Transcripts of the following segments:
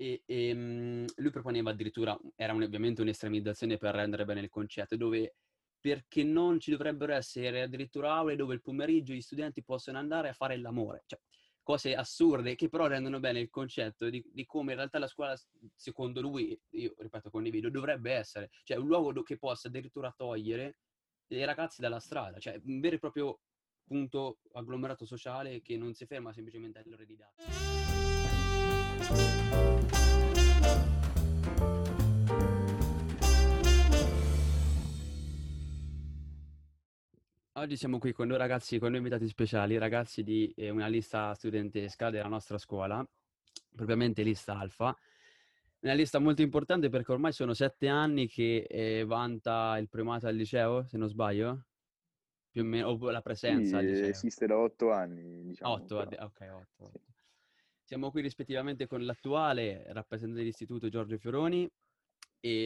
Lui proponeva addirittura, era ovviamente un'estremizzazione per rendere bene il concetto, dove perché non ci dovrebbero essere addirittura aule dove il pomeriggio gli studenti possono andare a fare l'amore. Cioè, cose assurde che però rendono bene il concetto di come in realtà la scuola, secondo lui, io ripeto, condivido, dovrebbe essere, cioè un luogo che possa addirittura togliere i ragazzi dalla strada, cioè un vero e proprio punto agglomerato sociale che non si ferma semplicemente alle ore didattiche. Oggi siamo qui con due ragazzi, con due invitati speciali, ragazzi di una lista studentesca della nostra scuola, propriamente lista Alfa. Una lista molto importante perché ormai sono 7 anni che vanta il primato al liceo, se non sbaglio, più o meno, o la presenza Sì, al liceo. esiste da 8 anni, diciamo, 8, però. ok, 8. Sì. Siamo qui rispettivamente con l'attuale rappresentante dell'istituto Giorgio Fioroni e,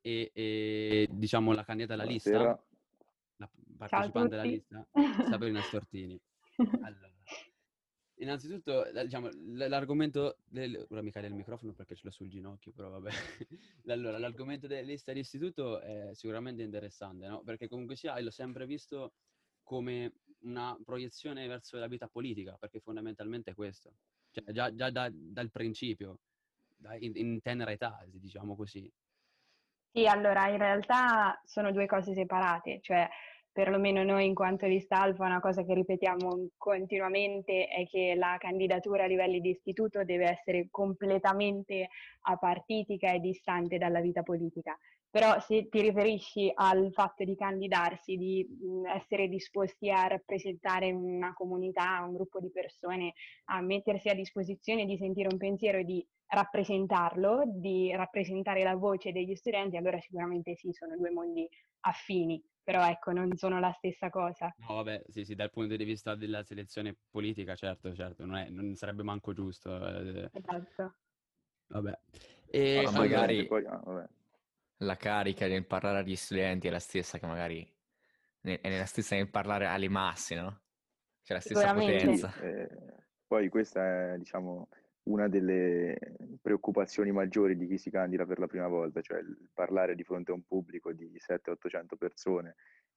diciamo la candidata alla lista, Buonasera. la Ciao a partecipante alla tutti. lista, Sabrina Stortini. Allora, innanzitutto, diciamo, l'argomento ora mi cade il microfono perché ce l'ho sul ginocchio, però vabbè. Allora, l'argomento della lista di istituto è sicuramente interessante, no? Perché comunque sia, l'ho sempre visto come una proiezione verso la vita politica, perché fondamentalmente è questo. Cioè, già dal principio, in tenera età, diciamo così. Sì, allora in realtà sono due cose separate, cioè perlomeno noi in quanto lista Alfa una cosa che ripetiamo continuamente è che la candidatura a livelli di istituto deve essere completamente apartitica e distante dalla vita politica. Però se ti riferisci al fatto di candidarsi, di essere disposti a rappresentare una comunità, un gruppo di persone, a mettersi a disposizione di sentire un pensiero e di rappresentarlo, di rappresentare la voce degli studenti, allora sicuramente sì, sono due mondi affini, però ecco, non sono la stessa cosa. No, vabbè, sì, dal punto di vista della selezione politica, certo, non sarebbe manco giusto. Esatto. Vabbè. No, E allora, assolutamente. Magari Poi, vabbè. la carica nel parlare agli studenti è la stessa che magari è nella stessa nel parlare alle masse, no? C'è la stessa Sicuramente. Sì, potenza. poi questa è, diciamo, una delle preoccupazioni maggiori di chi si candida per la prima volta, cioè il parlare di fronte a un pubblico di 700-800 persone.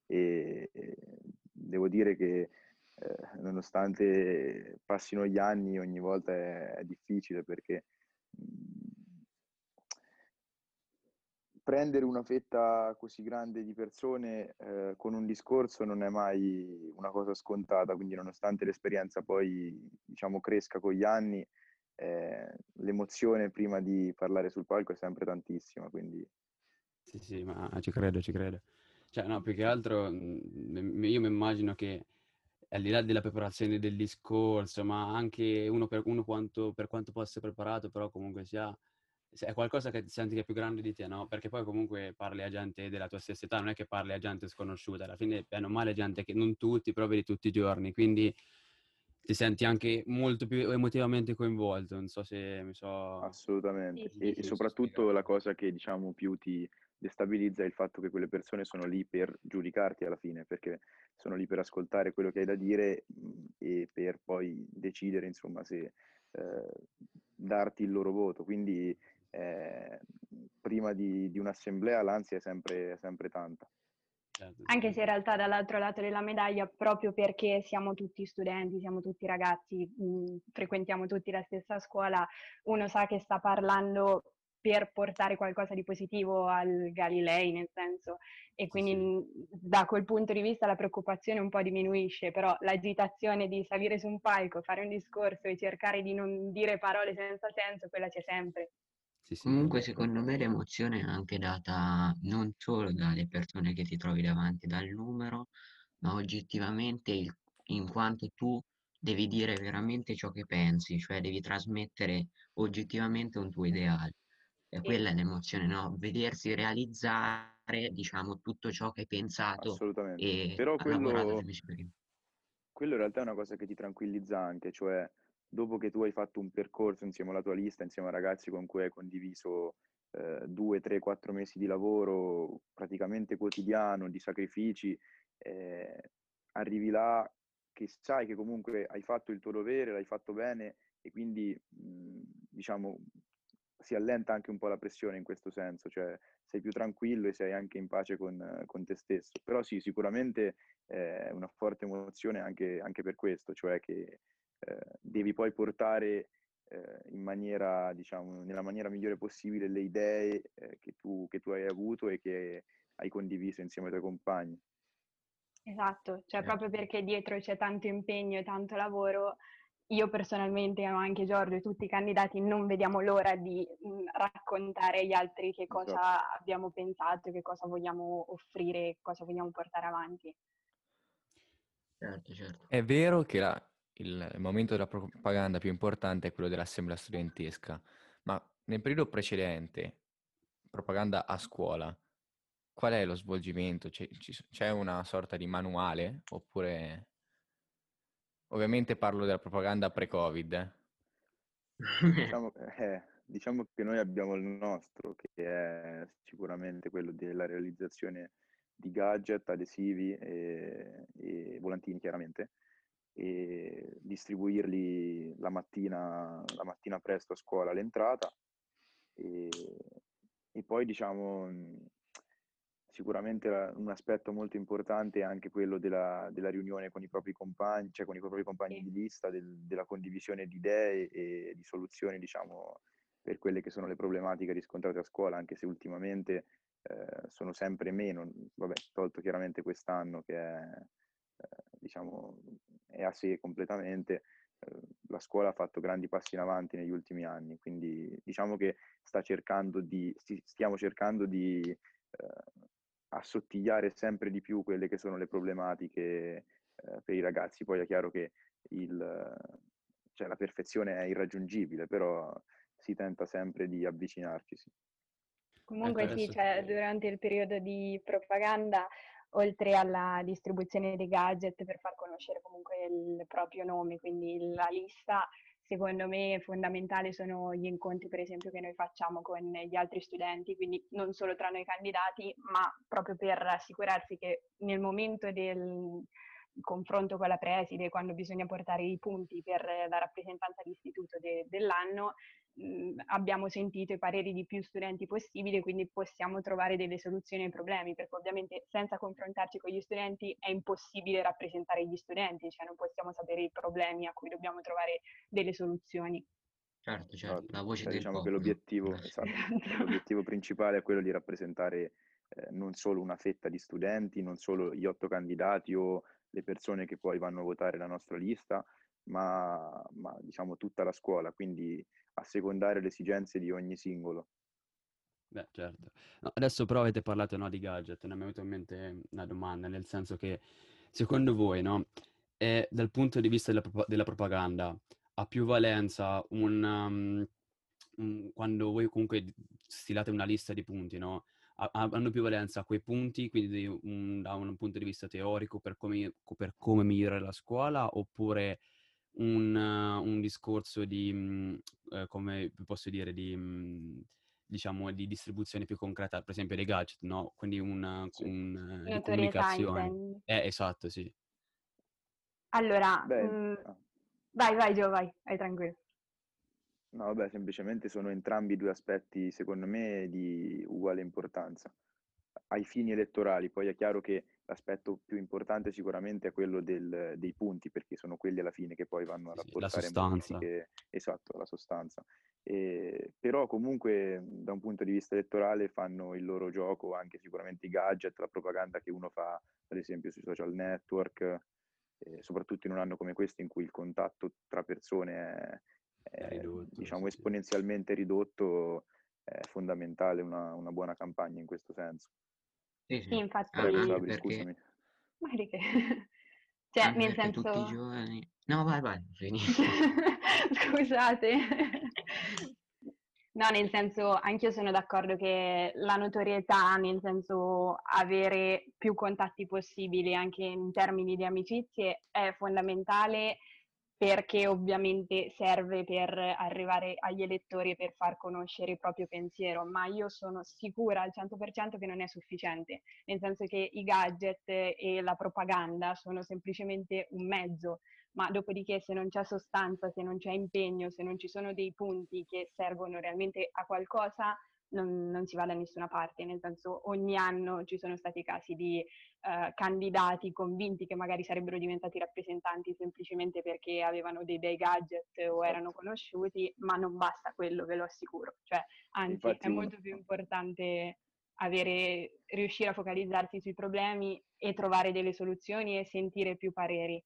E devo dire che nonostante passino gli anni, ogni volta è difficile perché prendere una fetta così grande di persone con un discorso non è mai una cosa scontata, quindi nonostante l'esperienza poi, diciamo, cresca con gli anni, l'emozione prima di parlare sul palco è sempre tantissima, quindi sì, ma ci credo, ci credo. Cioè, no, più che altro io mi immagino che al di là della preparazione del discorso, ma anche per quanto possa essere preparato, però comunque sia, se è qualcosa che ti senti che è più grande di te, no? Perché poi comunque parli a gente della tua stessa età, non è che parli a gente sconosciuta, alla fine bene o male gente che non tutti, però vedi tutti i giorni, quindi ti senti anche molto più emotivamente coinvolto, non so se mi so... Sì, assolutamente. sì, E sì. mi so soprattutto spiegato. la cosa che, diciamo, più ti destabilizza è il fatto che quelle persone sono lì per giudicarti alla fine, perché sono lì per ascoltare quello che hai da dire e per poi decidere, insomma, se darti il loro voto. Quindi eh, prima di un'assemblea l'ansia è sempre tanta. Certo, Anche se in sì. realtà dall'altro lato della medaglia, proprio perché siamo tutti studenti, siamo tutti ragazzi, frequentiamo tutti la stessa scuola, uno sa che sta parlando per portare qualcosa di positivo al Galilei, nel senso, e Sì, quindi sì. da quel punto di vista la preoccupazione un po' diminuisce, però l'agitazione di salire su un palco, fare un discorso e cercare di non dire parole senza senso, quella c'è sempre. Sì, sì, Comunque, quello. secondo me, l'emozione è anche data non solo dalle persone che ti trovi davanti, dal numero, ma oggettivamente in quanto tu devi dire veramente ciò che pensi, cioè devi trasmettere oggettivamente un tuo ideale. E Sì. quella è l'emozione, no? Vedersi realizzare, diciamo, tutto ciò che hai pensato Assolutamente. e Però ha lavorato sui mesi prima. quello in realtà è una cosa che ti tranquillizza anche, cioè dopo che tu hai fatto un percorso insieme alla tua lista, insieme a ragazzi con cui hai condiviso 2, 3, 4 mesi di lavoro praticamente quotidiano, di sacrifici, eh, arrivi là che sai che comunque hai fatto il tuo dovere, l'hai fatto bene e quindi diciamo si allenta anche un po' la pressione in questo senso, cioè sei più tranquillo e sei anche in pace con te stesso. Però sì, sicuramente è una forte emozione anche per questo, cioè che devi poi portare in maniera, diciamo, nella maniera migliore possibile le idee che tu hai avuto e che hai condiviso insieme ai tuoi compagni. Esatto, cioè Certo. proprio perché dietro c'è tanto impegno e tanto lavoro, io personalmente, ma anche Giorgio e tutti i candidati, non vediamo l'ora di raccontare agli altri che Esatto. cosa abbiamo pensato, che cosa vogliamo offrire, cosa vogliamo portare avanti. Certo, certo. È vero che il momento della propaganda più importante è quello dell'assemblea studentesca, ma nel periodo precedente, propaganda a scuola, qual è lo svolgimento? C'è una sorta di manuale? Oppure, ovviamente parlo della propaganda pre-Covid. Diciamo che noi abbiamo il nostro, che è sicuramente quello della realizzazione di gadget, adesivi e volantini chiaramente, e distribuirli la mattina presto a scuola all'entrata. E, e poi diciamo sicuramente un aspetto molto importante è anche quello della riunione con i propri compagni, cioè con i propri compagni Sì. di lista, della condivisione di idee e di soluzioni, diciamo, per quelle che sono le problematiche riscontrate a scuola, anche se ultimamente sono sempre meno, vabbè, tolto chiaramente quest'anno che diciamo, è a sé completamente. La scuola ha fatto grandi passi in avanti negli ultimi anni, quindi diciamo che stiamo cercando di assottigliare sempre di più quelle che sono le problematiche per i ragazzi. Poi è chiaro che cioè, la perfezione è irraggiungibile, però si tenta sempre di avvicinarci. Sì. Comunque sì, Penso cioè, che... durante il periodo di propaganda, oltre alla distribuzione dei gadget per far conoscere comunque il proprio nome, quindi la lista, secondo me fondamentale sono gli incontri, per esempio, che noi facciamo con gli altri studenti, quindi non solo tra noi candidati, ma proprio per assicurarsi che nel momento del confronto con la preside, quando bisogna portare i punti per la rappresentanza d'istituto dell'anno, abbiamo sentito i pareri di più studenti possibile, quindi possiamo trovare delle soluzioni ai problemi, perché ovviamente senza confrontarci con gli studenti è impossibile rappresentare gli studenti, cioè non possiamo sapere i problemi a cui dobbiamo trovare delle soluzioni. Certo, certo, Esatto. la voce Cioè, del diciamo che popolo. esatto, l'obiettivo principale è quello di rappresentare non solo una fetta di studenti, non solo gli 8 candidati o le persone che poi vanno a votare la nostra lista, ma diciamo tutta la scuola, quindi assecondare le esigenze di ogni singolo. Beh, certo. No, adesso però avete parlato, no, di gadget, ne mi è venuta in mente una domanda, nel senso che secondo voi, no, dal punto di vista della propaganda, ha più valenza quando voi comunque stilate una lista di punti, no? Hanno più valenza quei punti, quindi da un punto di vista teorico per come migliorare la scuola, oppure un discorso di, come vi posso dire, diciamo, di distribuzione più concreta, per esempio dei gadget, no? Quindi Sì. di Notorietà comunicazione. intendi. Esatto, sì. Allora, Beh, ah. vai Gio, vai tranquillo. No, vabbè, semplicemente sono entrambi due aspetti, secondo me, di uguale importanza. Ai fini elettorali, poi è chiaro che l'aspetto più importante sicuramente è quello dei punti, perché sono quelli alla fine che poi vanno a Sì, sì, la rapportare sostanza. modifiche, esatto, alla sostanza. Però comunque da un punto di vista elettorale fanno il loro gioco anche sicuramente i gadget, la propaganda che uno fa, ad esempio, sui social network, soprattutto in un anno come questo in cui il contatto tra persone È ridotto, diciamo, sì, sì. esponenzialmente ridotto, è fondamentale una buona campagna in questo senso. Sì, Sì, sì. Prego, infatti, Anche Sabri, perché, scusami. ma di che? Cioè, anche nel perché tutti i senso... giovani... No, vai, finisci. Scusate. No, nel senso, anch'io sono d'accordo che la notorietà, nel senso avere più contatti possibili anche in termini di amicizie, è fondamentale perché ovviamente serve per arrivare agli elettori e per far conoscere il proprio pensiero, ma io sono sicura al 100% che non è sufficiente, nel senso che i gadget e la propaganda sono semplicemente un mezzo, ma dopodiché se non c'è sostanza, se non c'è impegno, se non ci sono dei punti che servono realmente a qualcosa, non si va da nessuna parte, nel senso ogni anno ci sono stati casi di candidati convinti che magari sarebbero diventati rappresentanti semplicemente perché avevano dei bei gadget o erano Esatto. conosciuti, ma non basta quello, ve lo assicuro. Cioè, anzi, Infatti è molto più importante riuscire a focalizzarsi sui problemi e trovare delle soluzioni e sentire più pareri.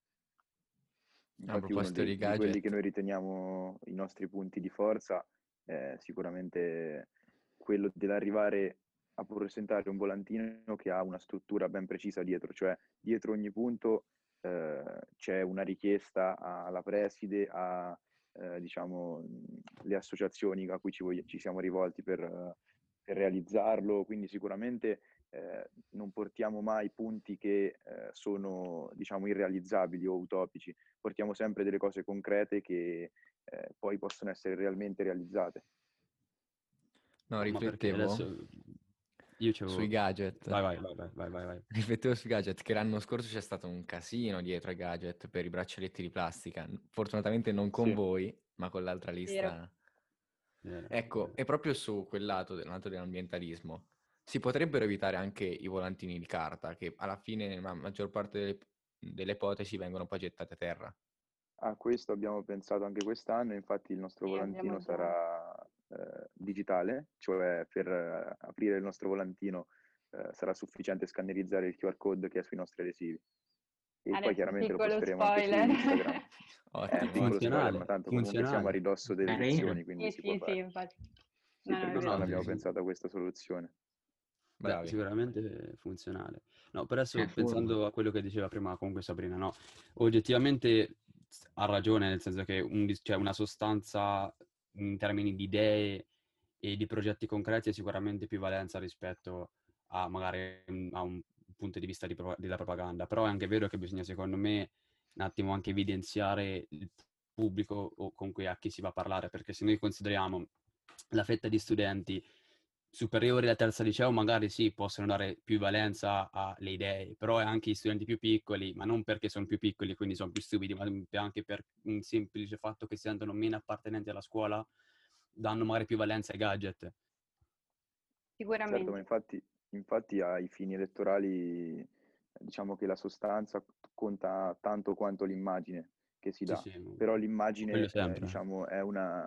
A Infatti uno proposito di di quelli che gadget, noi riteniamo i nostri punti di forza è sicuramente quello dell'arrivare a presentare un volantino che ha una struttura ben precisa dietro, cioè dietro ogni punto c'è una richiesta alla preside, diciamo, le associazioni a cui ci siamo rivolti per realizzarlo, quindi sicuramente non portiamo mai punti che sono, diciamo, irrealizzabili o utopici, portiamo sempre delle cose concrete che poi possono essere realmente realizzate. no, Ma perché riflettevo adesso io sui c'avevo... gadget. Vai. Riflettevo sui gadget, che l'anno scorso c'è stato un casino dietro ai gadget per i braccialetti di plastica. Fortunatamente non con Sì. voi, ma con l'altra Vero. lista. Vero. Ecco, e proprio su quel lato, lato dell'ambientalismo, si potrebbero evitare anche i volantini di carta, che alla fine, nella maggior parte delle ipotesi, vengono poi gettate a terra. A questo abbiamo pensato anche quest'anno, infatti il nostro Sì, abbiamo volantino già. sarà digitale, cioè per aprire il nostro volantino sarà sufficiente scannerizzare il QR code che è sui nostri adesivi. E poi Adesso chiaramente lo piccolo posteremo anche su spoiler. Instagram. È un Ottimo, piccolo ottimo. spoiler, ma Funzionale, tanto comunque siamo a funzionale. ridosso delle Carino. elezioni, quindi Sì, si può sì, fare. infatti. Sì, No, per no, è No, quest'anno vero. abbiamo sì. pensato a questa soluzione. Beh, Bravi. sicuramente funzionale. No, per adesso È furbo. pensando a quello che diceva prima comunque Sabrina, no, oggettivamente ha ragione, nel senso che cioè una sostanza in termini di idee e di progetti concreti ha sicuramente più valenza rispetto a magari a un punto di vista della propaganda, però è anche vero che bisogna, secondo me, un attimo anche evidenziare il pubblico con cui a chi si va a parlare, perché se noi consideriamo la fetta di studenti superiori alla terza liceo, magari sì, possono dare più valenza alle idee, però anche gli studenti più piccoli, ma non perché sono più piccoli, quindi sono più stupidi, ma anche per un semplice fatto che si sentono meno appartenenti alla scuola, danno magari più valenza ai gadget. Certo, ma Sicuramente. infatti ai fini elettorali diciamo che la sostanza conta tanto quanto l'immagine che si Sì, dà, sì, però quello l'immagine sempre. diciamo è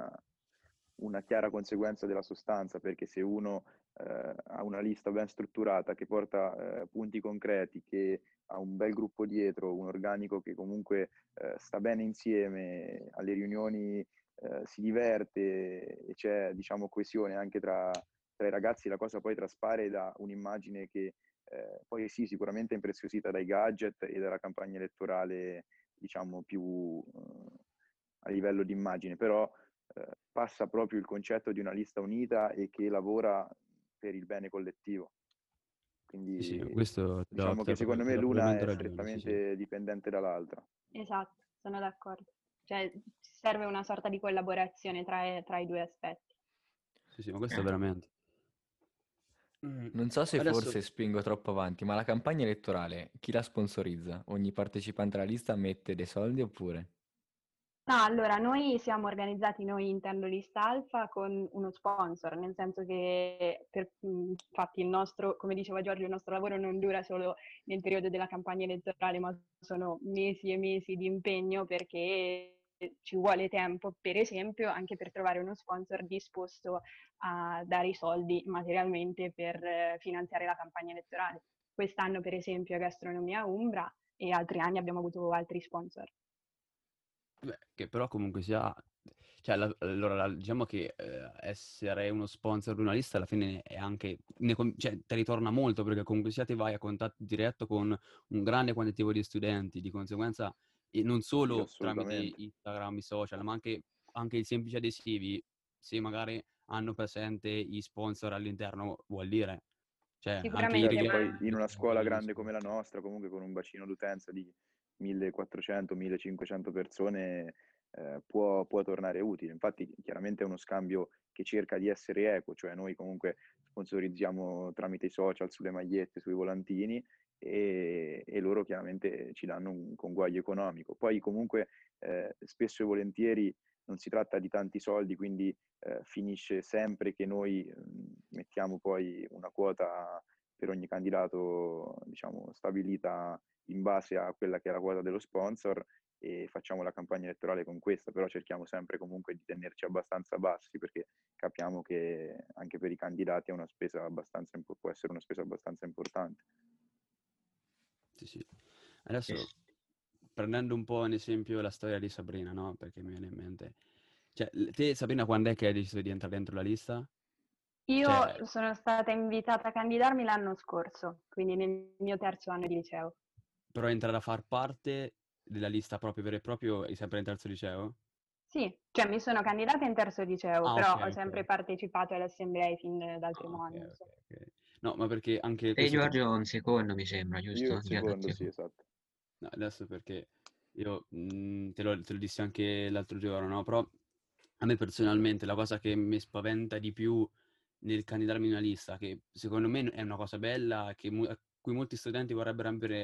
una chiara conseguenza della sostanza, perché se uno ha una lista ben strutturata che porta punti concreti, che ha un bel gruppo dietro, un organico che comunque sta bene insieme, alle riunioni si diverte e c'è diciamo coesione anche tra i ragazzi, la cosa poi traspare da un'immagine che poi sì, sicuramente è impreziosita dai gadget e dalla campagna elettorale, diciamo, più a livello di immagine, però passa proprio il concetto di una lista unita e che lavora per il bene collettivo. Sì, sì, Quindi questo diciamo che secondo ti me do l'una propriamente è ragione, sì, sì. strettamente dipendente dall'altra. Esatto, sono d'accordo. Cioè, serve una sorta di collaborazione tra i due aspetti. Sì, sì, ma questo è veramente. Non so se Adesso, forse spingo troppo avanti, ma la campagna elettorale chi la sponsorizza? Ogni partecipante alla lista mette dei soldi oppure? No, allora, noi siamo organizzati, noi intendo Lista Alfa, con uno sponsor, nel senso che infatti il nostro, come diceva Giorgio, il nostro lavoro non dura solo nel periodo della campagna elettorale, ma sono mesi e mesi di impegno perché ci vuole tempo, per esempio, anche per trovare uno sponsor disposto a dare i soldi materialmente per finanziare la campagna elettorale. Quest'anno, per esempio, è Gastronomia Umbra e altri anni abbiamo avuto altri sponsor. beh, che però comunque sia, cioè, allora, diciamo che essere uno sponsor di una lista alla fine è anche, cioè, ti ritorna molto perché comunque sia ti vai a contatto diretto con un grande quantitativo di studenti, di conseguenza, e non Sì, solo tramite assolutamente. Instagram, i social, ma anche i semplici adesivi, se magari hanno presente gli sponsor all'interno, vuol dire, cioè, anche i Sicuramente, Certo, ma poi in rilievi una sono scuola grande bellissimi. come la nostra, comunque con un bacino d'utenza di 1400-1500 persone, può tornare utile. Infatti, chiaramente è uno scambio che cerca di essere equo, cioè noi comunque sponsorizziamo tramite i social, sulle magliette, sui volantini, e loro chiaramente ci danno un conguaglio economico. Poi comunque spesso e volentieri non si tratta di tanti soldi, quindi finisce sempre che noi mettiamo poi una quota per ogni candidato, diciamo, stabilita in base a quella che è la quota dello sponsor, e facciamo la campagna elettorale con questa, però cerchiamo sempre comunque di tenerci abbastanza bassi, perché capiamo che anche per i candidati è una spesa abbastanza, può essere una spesa abbastanza importante. Sì, sì. Adesso, prendendo un po' in esempio la storia di Sabrina, no? Perché mi viene in mente. Cioè, te Sabrina quando è che hai deciso di entrare dentro la lista? Cioè, Io sono stata invitata a candidarmi l'anno scorso, quindi nel mio terzo anno di liceo. però entrare a far parte della lista proprio vero e proprio, hai sempre in terzo liceo? Sì, cioè mi sono candidata in terzo liceo, Ah, però ok, ho ok. sempre partecipato alle assemblee fin dal Ah, primo ok, anno, ok, insomma. ok. No, ma perché anche Te questo Giorgio un secondo mi sembra, Io giusto? il secondo, sì, esatto. No, adesso perché io te lo dissi anche l'altro giorno, no? Però a me personalmente la cosa che mi spaventa di più nel candidarmi in una lista, che secondo me è una cosa bella, a cui molti studenti vorrebbero avere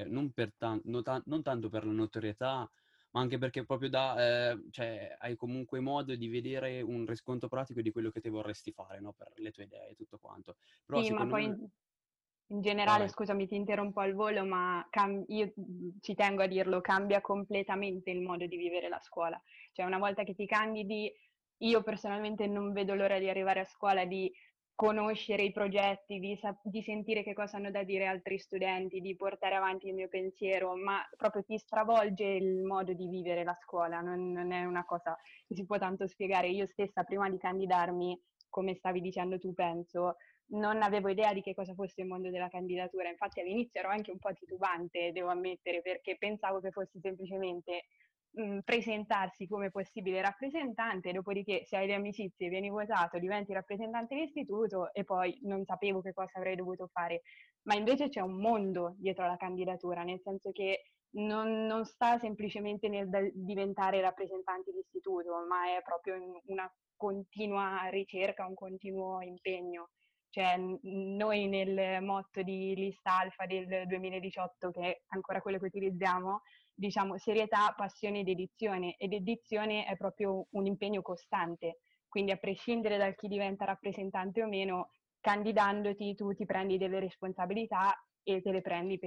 non tanto per la notorietà, ma anche perché proprio cioè, hai comunque modo di vedere un riscontro pratico di quello che te vorresti fare, no? Per le tue idee e tutto quanto. Però Sì, ma secondo poi me. in generale, Vai. scusami, ti interrompo al volo, ma io ci tengo a dirlo, cambia completamente il modo di vivere la scuola. Cioè, una volta che ti candidi, io personalmente non vedo l'ora di arrivare a scuola, di conoscere i progetti, di sentire che cosa hanno da dire altri studenti, di portare avanti il mio pensiero, ma proprio ti stravolge il modo di vivere la scuola, non è una cosa che si può tanto spiegare. Io stessa, prima di candidarmi, come stavi dicendo tu, penso, non avevo idea di che cosa fosse il mondo della candidatura, infatti all'inizio ero anche un po' titubante, devo ammettere, perché pensavo che fosse semplicemente presentarsi come possibile rappresentante, dopodiché se hai le amicizie vieni votato, diventi rappresentante dell'istituto e poi non sapevo che cosa avrei dovuto fare. Ma invece c'è un mondo dietro la candidatura, nel senso che non sta semplicemente nel diventare rappresentanti d'istituto, ma è proprio una continua ricerca, un continuo impegno. Cioè, noi nel motto di Lista Alfa del 2018, che è ancora quello che utilizziamo, diciamo serietà, passione ed edizione è proprio un impegno costante. Quindi a prescindere da chi diventa rappresentante o meno, candidandoti tu ti prendi delle responsabilità e te le prendi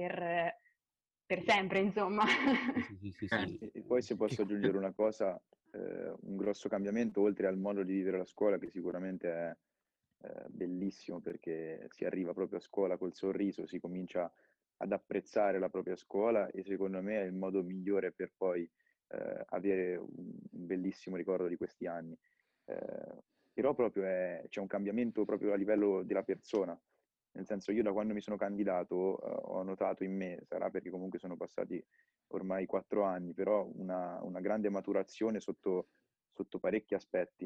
per sempre, insomma. Sì, sì, sì, sì. E poi se posso aggiungere una cosa, un grosso cambiamento oltre al modo di vivere la scuola, che sicuramente è bellissimo, perché si arriva proprio a scuola col sorriso, si comincia ad apprezzare la propria scuola, e secondo me è il modo migliore per poi avere un bellissimo ricordo di questi anni. Però proprio c'è un cambiamento proprio a livello della persona, nel senso, io da quando mi sono candidato ho notato in me, sarà perché comunque sono passati ormai 4 anni, però una grande maturazione sotto parecchi aspetti,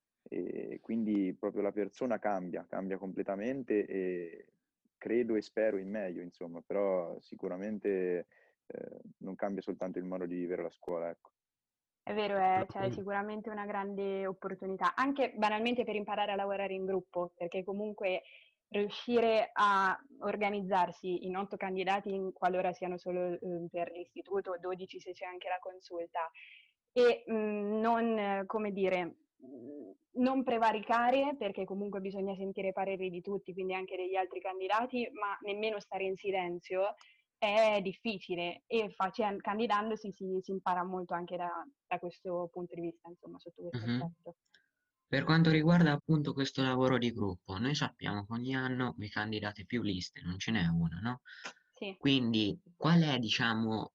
e quindi proprio la persona cambia completamente, e credo e spero in meglio, insomma, però sicuramente non cambia soltanto il modo di vivere la scuola, ecco. È vero, c'è sicuramente una grande opportunità, anche banalmente per imparare a lavorare in gruppo, perché comunque riuscire a organizzarsi in 8 candidati, qualora siano solo per l'istituto, 12 se c'è anche la consulta, e non, come dire, non prevaricare, perché comunque bisogna sentire i pareri di tutti, quindi anche degli altri candidati, ma nemmeno stare in silenzio, è difficile, e candidandosi si impara molto anche da questo punto di vista, insomma, sotto questo Mhm. aspetto. Per quanto riguarda appunto questo lavoro di gruppo, noi sappiamo che ogni anno vi candidate più liste, non ce n'è una, no? Sì. Quindi qual è, diciamo,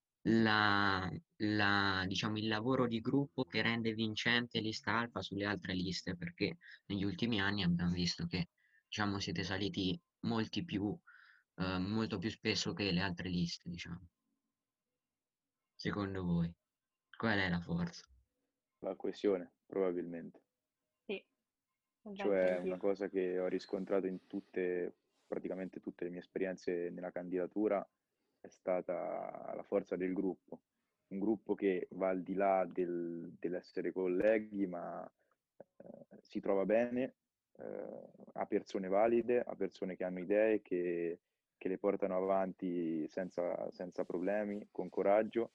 diciamo, il lavoro di gruppo che rende vincente lista alfa sulle altre liste? Perché negli ultimi anni abbiamo visto che, diciamo, siete saliti molto più spesso che le altre liste, diciamo. Secondo voi, qual è la forza? La coesione, probabilmente. Sì, penso Cioè, anch'io. una cosa che ho riscontrato in praticamente tutte le mie esperienze nella candidatura, è stata la forza del gruppo. Un gruppo che va al di là dell'essere colleghi, ma si trova bene, ha persone valide, ha persone che hanno idee, che che le portano avanti senza problemi, con coraggio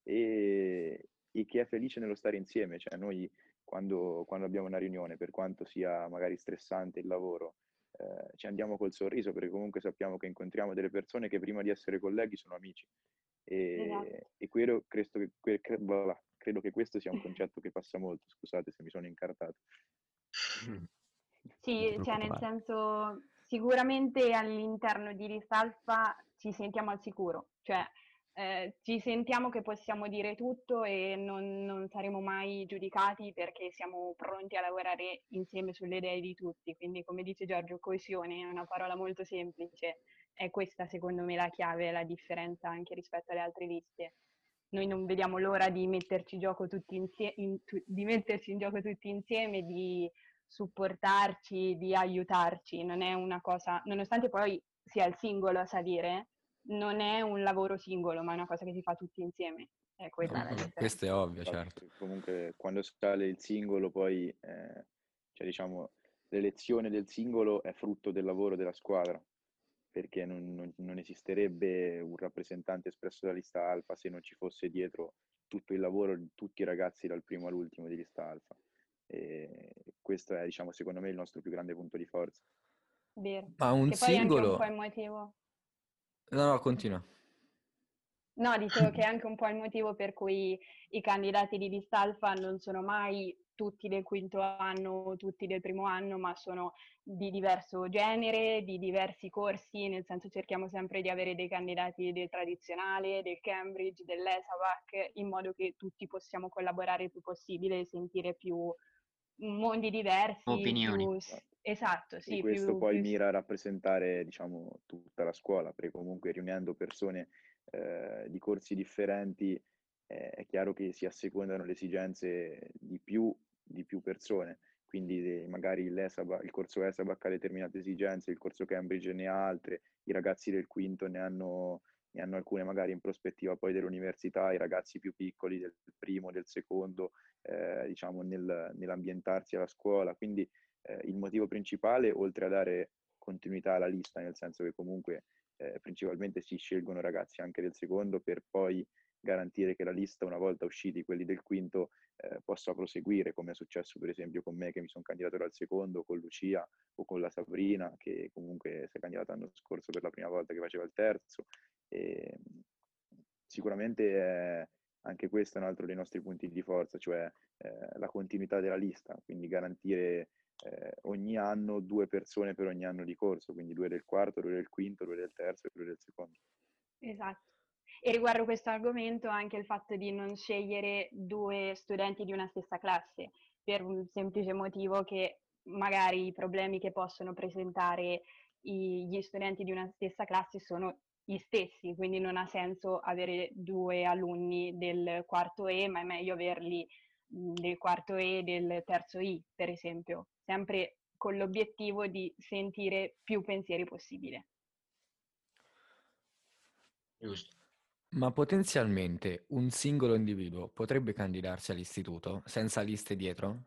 e che è felice nello stare insieme. Cioè noi quando abbiamo una riunione, per quanto sia magari stressante il lavoro, ci andiamo col sorriso perché comunque sappiamo che incontriamo delle persone che prima di essere colleghi sono amici. Esatto. E credo che questo sia un concetto che passa molto, scusate se mi sono incartato. Non Sì, ti cioè nel preoccupare. senso sicuramente all'interno di Ristalfa ci sentiamo al sicuro, cioè ci sentiamo che possiamo dire tutto e non saremo mai giudicati perché siamo pronti a lavorare insieme sulle idee di tutti. Quindi come dice Giorgio, coesione è una parola molto semplice, è questa secondo me la chiave, la differenza anche rispetto alle altre liste. Noi non vediamo l'ora di metterci in gioco tutti di metterci in gioco tutti insieme, di supportarci, di aiutarci. Non è una cosa, nonostante poi sia il singolo a salire, non è un lavoro singolo, ma è una cosa che si fa tutti insieme. È quella la Vabbè, differenza. questo è ovvio, Infatti, certo. comunque quando sale il singolo poi, cioè diciamo, l'elezione del singolo è frutto del lavoro della squadra, perché non esisterebbe un rappresentante espresso dalla lista Alfa se non ci fosse dietro tutto il lavoro di tutti i ragazzi dal primo all'ultimo di lista Alfa. E questo è, diciamo, secondo me il nostro più grande punto di forza. Vero. Ma un Che poi è anche un po' il singolo... motivo. No, continua. No, dicevo che è anche un po' il motivo per cui i candidati di lista Alfa non sono mai tutti del quinto anno, tutti del primo anno, ma sono di diverso genere, di diversi corsi, nel senso cerchiamo sempre di avere dei candidati del tradizionale, del Cambridge, dell'ESAVAC, in modo che tutti possiamo collaborare il più possibile e sentire più mondi diversi, Opinioni. più... Esatto, E sì, questo più... poi mira a rappresentare, diciamo, tutta la scuola, perché comunque riunendo persone di corsi differenti è chiaro che si assecondano le esigenze di più persone. Quindi magari il corso ESABAC ha determinate esigenze, il corso Cambridge ne ha altre, i ragazzi del quinto ne hanno alcune magari in prospettiva poi dell'università, i ragazzi più piccoli del primo, del secondo, diciamo, nell'ambientarsi alla scuola. Quindi il motivo principale, oltre a dare continuità alla lista, nel senso che comunque principalmente si scelgono ragazzi anche del secondo per poi garantire che la lista, una volta usciti quelli del quinto, possa proseguire, come è successo per esempio con me che mi sono candidato al secondo, con Lucia o con la Sabrina che comunque si è candidata l'anno scorso per la prima volta che faceva il terzo. E sicuramente anche questo è un altro dei nostri punti di forza, cioè la continuità della lista, quindi garantire ogni anno 2 persone per ogni anno di corso, quindi 2 del quarto, 2 del quinto, 2 del terzo e 2 del secondo. Esatto. E riguardo questo argomento anche il fatto di non scegliere due studenti di una stessa classe, per un semplice motivo che magari i problemi che possono presentare gli studenti di una stessa classe sono gli stessi, quindi non ha senso avere due alunni del quarto E, ma è meglio averli del quarto E e del terzo I, per esempio, sempre con l'obiettivo di sentire più pensieri possibile. Giusto. Ma potenzialmente un singolo individuo potrebbe candidarsi all'istituto senza liste dietro?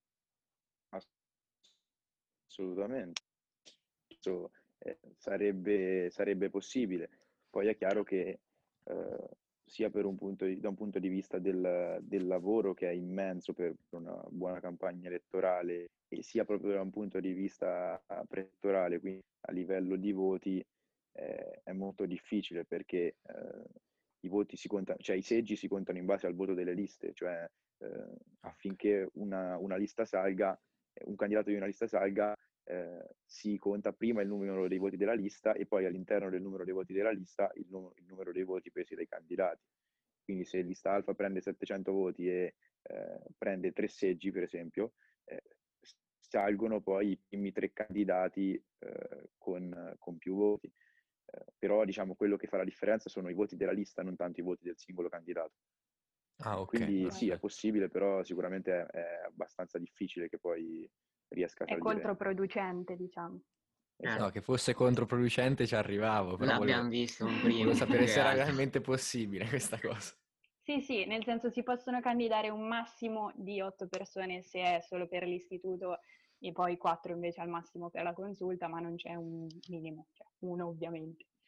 Assolutamente. Questo, sarebbe possibile. Poi è chiaro che sia per da un punto di vista del lavoro che è immenso per una buona campagna elettorale e sia proprio da un punto di vista preelettorale, quindi a livello di voti è molto difficile perché i voti si contano, cioè i seggi si contano in base al voto delle liste, cioè affinché una lista salga, un candidato di una lista salga, si conta prima il numero dei voti della lista e poi all'interno del numero dei voti della lista il numero dei voti presi dai candidati. Quindi se lista Alfa prende 700 voti e prende 3 seggi, per esempio, salgono poi i primi 3 candidati con più voti. Però diciamo quello che fa la differenza sono i voti della lista, non tanto i voti del singolo candidato. Ah, ok, Quindi sì, è perfetto. possibile, però sicuramente è abbastanza difficile che poi riesca a È salire. controproducente, diciamo. No, Esatto. che fosse controproducente ci arrivavo, però L'abbiamo visto un primo, volevo più sapere che se era altro. realmente possibile questa cosa. Sì, sì, nel senso si possono candidare un massimo di 8 persone se è solo per l'istituto e poi 4 invece al massimo per la consulta, ma non c'è un minimo, cioè uno ovviamente.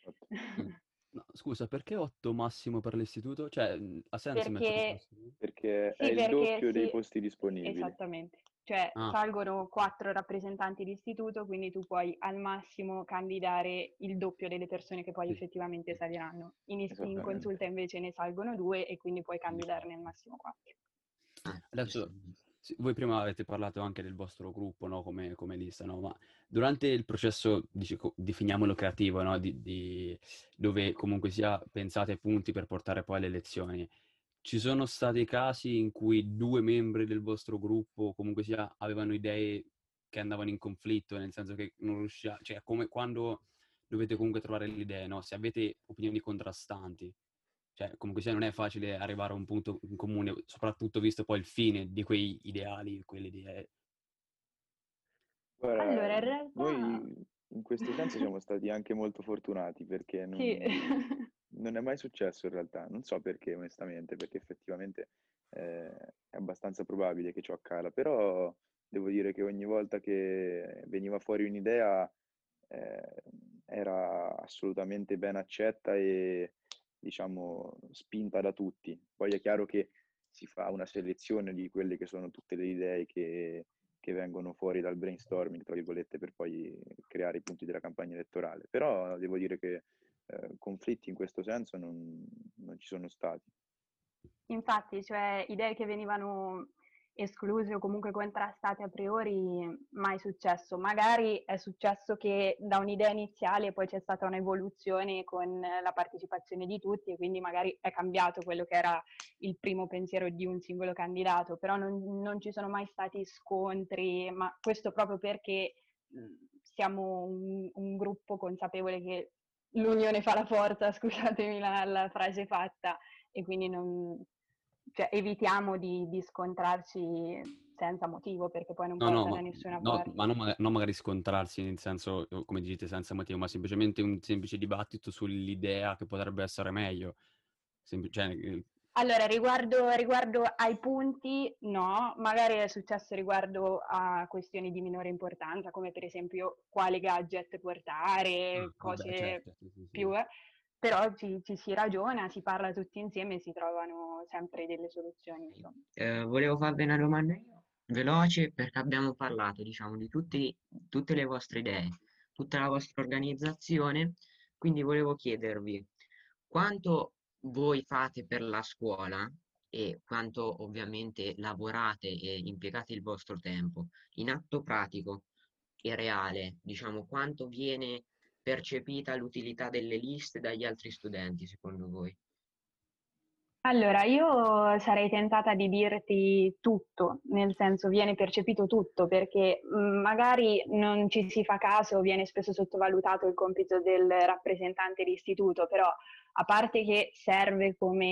Esatto. No, scusa, perché 8 massimo per l'istituto? Cioè, ha senso mettere Perché questo? Perché è sì, il perché doppio dei sì, posti disponibili. esattamente. Cioè Ah, salgono 4 rappresentanti di istituto, quindi tu puoi al massimo candidare il doppio delle persone che poi sì. effettivamente saliranno. In Esattamente. consulta invece ne salgono 2 e quindi puoi Quindi candidarne al 4. massimo 4. Adesso, sì, voi prima avete parlato anche del vostro gruppo, no? Come lista, no? Ma durante il processo, definiamolo creativo, no? Dove comunque sia pensate ai punti per portare poi alle elezioni, ci sono stati casi in cui 2 membri del vostro gruppo comunque sia avevano idee che andavano in conflitto, nel senso che non riusciva, cioè come quando dovete comunque trovare le idee, no? Se avete opinioni contrastanti, cioè comunque sia non è facile arrivare a un punto in comune, soprattutto visto poi il fine di quei ideali, quelle idee. Guarda, Allora, in realtà noi in questo senso siamo stati anche molto fortunati perché sì. non è mai successo in realtà. Non so perché, onestamente, perché effettivamente è abbastanza probabile che ciò accada, però devo dire che ogni volta che veniva fuori un'idea eh, era assolutamente ben accetta e, diciamo, spinta da tutti. Poi è chiaro che si fa una selezione di quelle che sono tutte le idee che vengono fuori dal brainstorming, tra virgolette, per poi creare i punti della campagna elettorale. Però devo dire che conflitti in questo senso non ci sono stati. Infatti, cioè idee che venivano escluse o comunque contrastate a priori, mai successo. Magari è successo che da un'idea iniziale poi c'è stata un'evoluzione con la partecipazione di tutti e quindi magari è cambiato quello che era il primo pensiero di un singolo candidato, però non ci sono mai stati scontri, ma questo proprio perché siamo un gruppo consapevole che l'unione fa la forza, scusatemi la frase fatta, e quindi cioè, evitiamo di scontrarci senza motivo perché poi non No, no, porta da nessuna ma parte. non magari scontrarsi, nel senso, come dite, senza motivo, ma semplicemente un semplice dibattito sull'idea che potrebbe essere meglio. Cioè, Allora, riguardo ai punti, no, magari è successo riguardo a questioni di minore importanza, come per esempio quale gadget portare, vabbè, cose certo, sì, sì, più, sì. però ci si ragiona, si parla tutti insieme e si trovano sempre delle soluzioni, insomma. Volevo farvi una domanda io, veloce, perché abbiamo parlato, diciamo, di tutte le vostre idee, tutta la vostra organizzazione, quindi volevo chiedervi quanto voi fate per la scuola e quanto ovviamente lavorate e impiegate il vostro tempo in atto pratico e reale, diciamo, quanto viene percepita l'utilità delle liste dagli altri studenti, secondo voi? Allora, io sarei tentata di dirti tutto, nel senso viene percepito tutto, perché magari non ci si fa caso, viene spesso sottovalutato il compito del rappresentante di istituto, però a parte che serve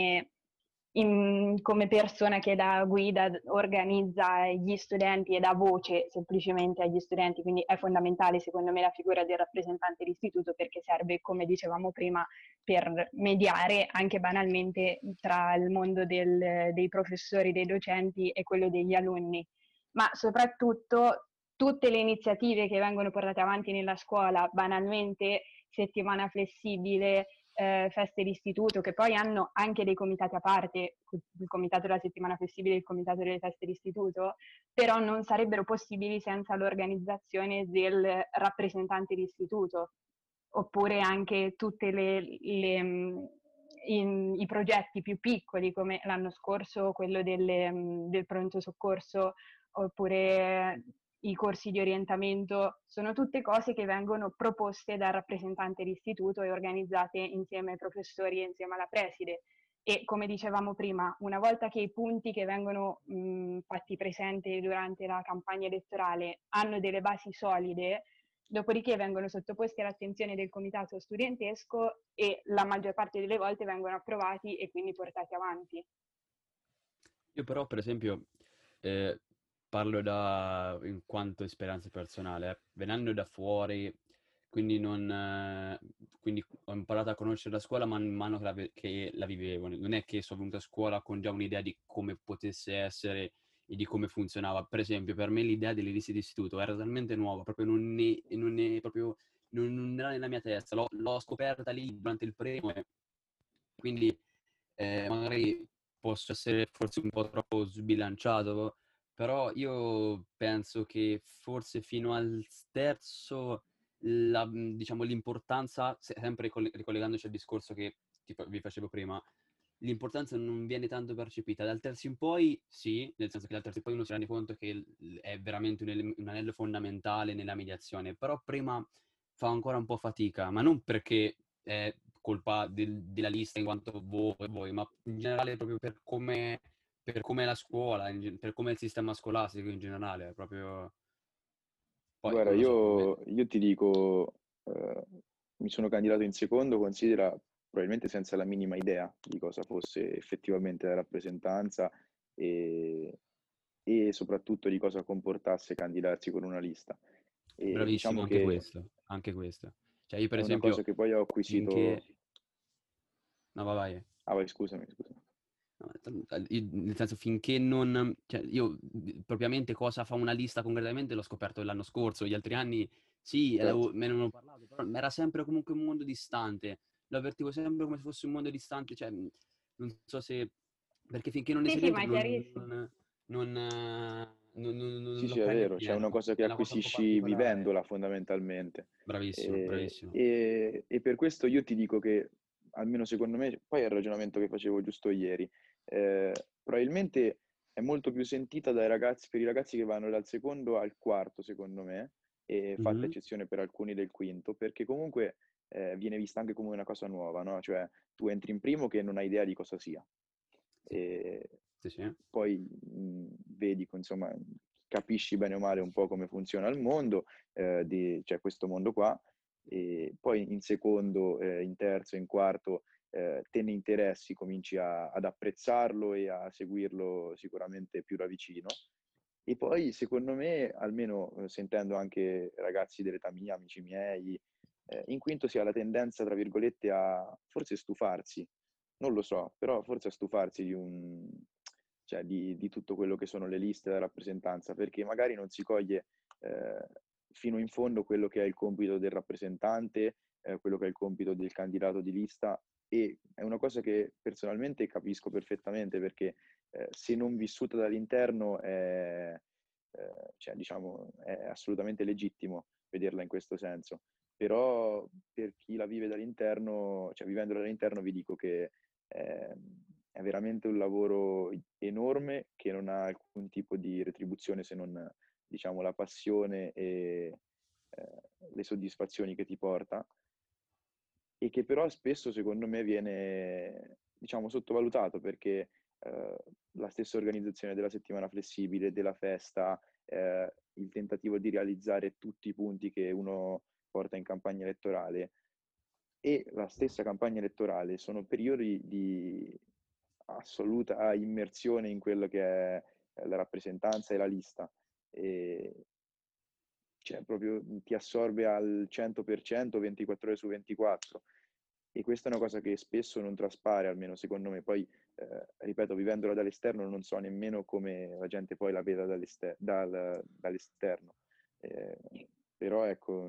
come persona che da guida organizza gli studenti e dà voce semplicemente agli studenti, quindi è fondamentale secondo me la figura del rappresentante di istituto perché serve, come dicevamo prima, per mediare anche banalmente tra il mondo dei professori, dei docenti e quello degli alunni, ma soprattutto tutte le iniziative che vengono portate avanti nella scuola, banalmente settimana flessibile, feste d'istituto, che poi hanno anche dei comitati a parte, il comitato della settimana flessibile e il comitato delle feste d'istituto, però non sarebbero possibili senza l'organizzazione del rappresentante d'istituto, oppure anche tutte i progetti più piccoli, come l'anno scorso quello del pronto soccorso, oppure i corsi di orientamento, sono tutte cose che vengono proposte dal rappresentante d'istituto e organizzate insieme ai professori e insieme alla preside. E come dicevamo prima, una volta che i punti che vengono fatti presenti durante la campagna elettorale hanno delle basi solide, dopodiché vengono sottoposti all'attenzione del comitato studentesco e la maggior parte delle volte vengono approvati e quindi portati avanti. Io però, per esempio, eh, parlo in quanto esperienza personale, venendo da fuori, quindi, quindi ho imparato a conoscere la scuola man mano che la vivevo. Non è che sono venuto a scuola con già un'idea di come potesse essere e di come funzionava. Per esempio, per me l'idea delle liste di istituto era talmente nuova, proprio non era nella mia testa, l'ho scoperta lì durante il primo, e quindi magari posso essere forse un po' troppo sbilanciato, però io penso che forse fino al terzo, diciamo, l'importanza, sempre ricollegandoci al discorso che vi facevo prima, l'importanza non viene tanto percepita. Dal terzo in poi sì, nel senso che dal terzo in poi uno si rende conto che è veramente un anello fondamentale nella mediazione, però prima fa ancora un po' fatica, ma non perché è colpa della lista in quanto voi, ma in generale proprio per come è la scuola, per come è il sistema scolastico in generale, proprio... Poi Guarda, non lo so, io ti dico, mi sono candidato in secondo, considera probabilmente senza la minima idea di cosa fosse effettivamente la rappresentanza e, e soprattutto di cosa comportasse candidarsi con una lista. E bravissimo diciamo anche che questo, anche questo. Cioè io per è una cosa esempio, che poi ho acquisito... finché... No, vai. Ah, vai, scusami. No, nel senso, finché non... Cioè, io propriamente cosa fa una lista concretamente l'ho scoperto l'anno scorso, gli altri anni sì, Certo. me ne hanno parlato, però era sempre comunque un mondo distante, lo avvertivo sempre come se fosse un mondo distante, cioè non so se... Perché finché non ne Sì, sei sì, dentro ma è chiarissimo. Sì, non sì, lo è prendi vero, c'è una appieno, cosa che è una cosa un po' acquisisci particolare. vivendola fondamentalmente. Bravissimo, bravissimo. E per questo io ti dico che, almeno secondo me, poi è il ragionamento che facevo giusto ieri, probabilmente è molto più sentita dai ragazzi, per i ragazzi che vanno dal secondo al quarto, secondo me, e fatta Mhm. eccezione per alcuni del quinto, perché comunque viene vista anche come una cosa nuova, no? Cioè tu entri in primo che non hai idea di cosa sia. Sì, E sì, sì. poi vedi, insomma, capisci bene o male un po' come funziona il mondo, cioè questo mondo qua, e poi in secondo, in terzo, in quarto te ne interessi, cominci ad apprezzarlo e a seguirlo sicuramente più da vicino. E poi, secondo me, almeno sentendo anche ragazzi dell'età mia, amici miei, in quinto si ha la tendenza, tra virgolette, a forse stufarsi, non lo so, però forse a stufarsi cioè di tutto quello che sono le liste della rappresentanza, perché magari non si coglie fino in fondo quello che è il compito del rappresentante, quello che è il compito del candidato di lista, e è una cosa che personalmente capisco perfettamente, perché se non vissuta dall'interno cioè, diciamo, è assolutamente legittimo vederla in questo senso. Però per chi la vive dall'interno, cioè vivendola dall'interno, vi dico che è veramente un lavoro enorme che non ha alcun tipo di retribuzione se non, diciamo, la passione e le soddisfazioni che ti porta, e che però spesso secondo me viene, diciamo, sottovalutato, perché la stessa organizzazione della settimana flessibile, della festa, il tentativo di realizzare tutti i punti che uno porta in campagna elettorale e la stessa campagna elettorale sono periodi di assoluta immersione in quello che è la rappresentanza e la lista. E cioè proprio ti assorbe al 100%, 24 ore su 24. E questa è una cosa che spesso non traspare, almeno secondo me. Poi, ripeto, vivendola dall'esterno non so nemmeno come la gente poi la veda dall'esterno. Però ecco,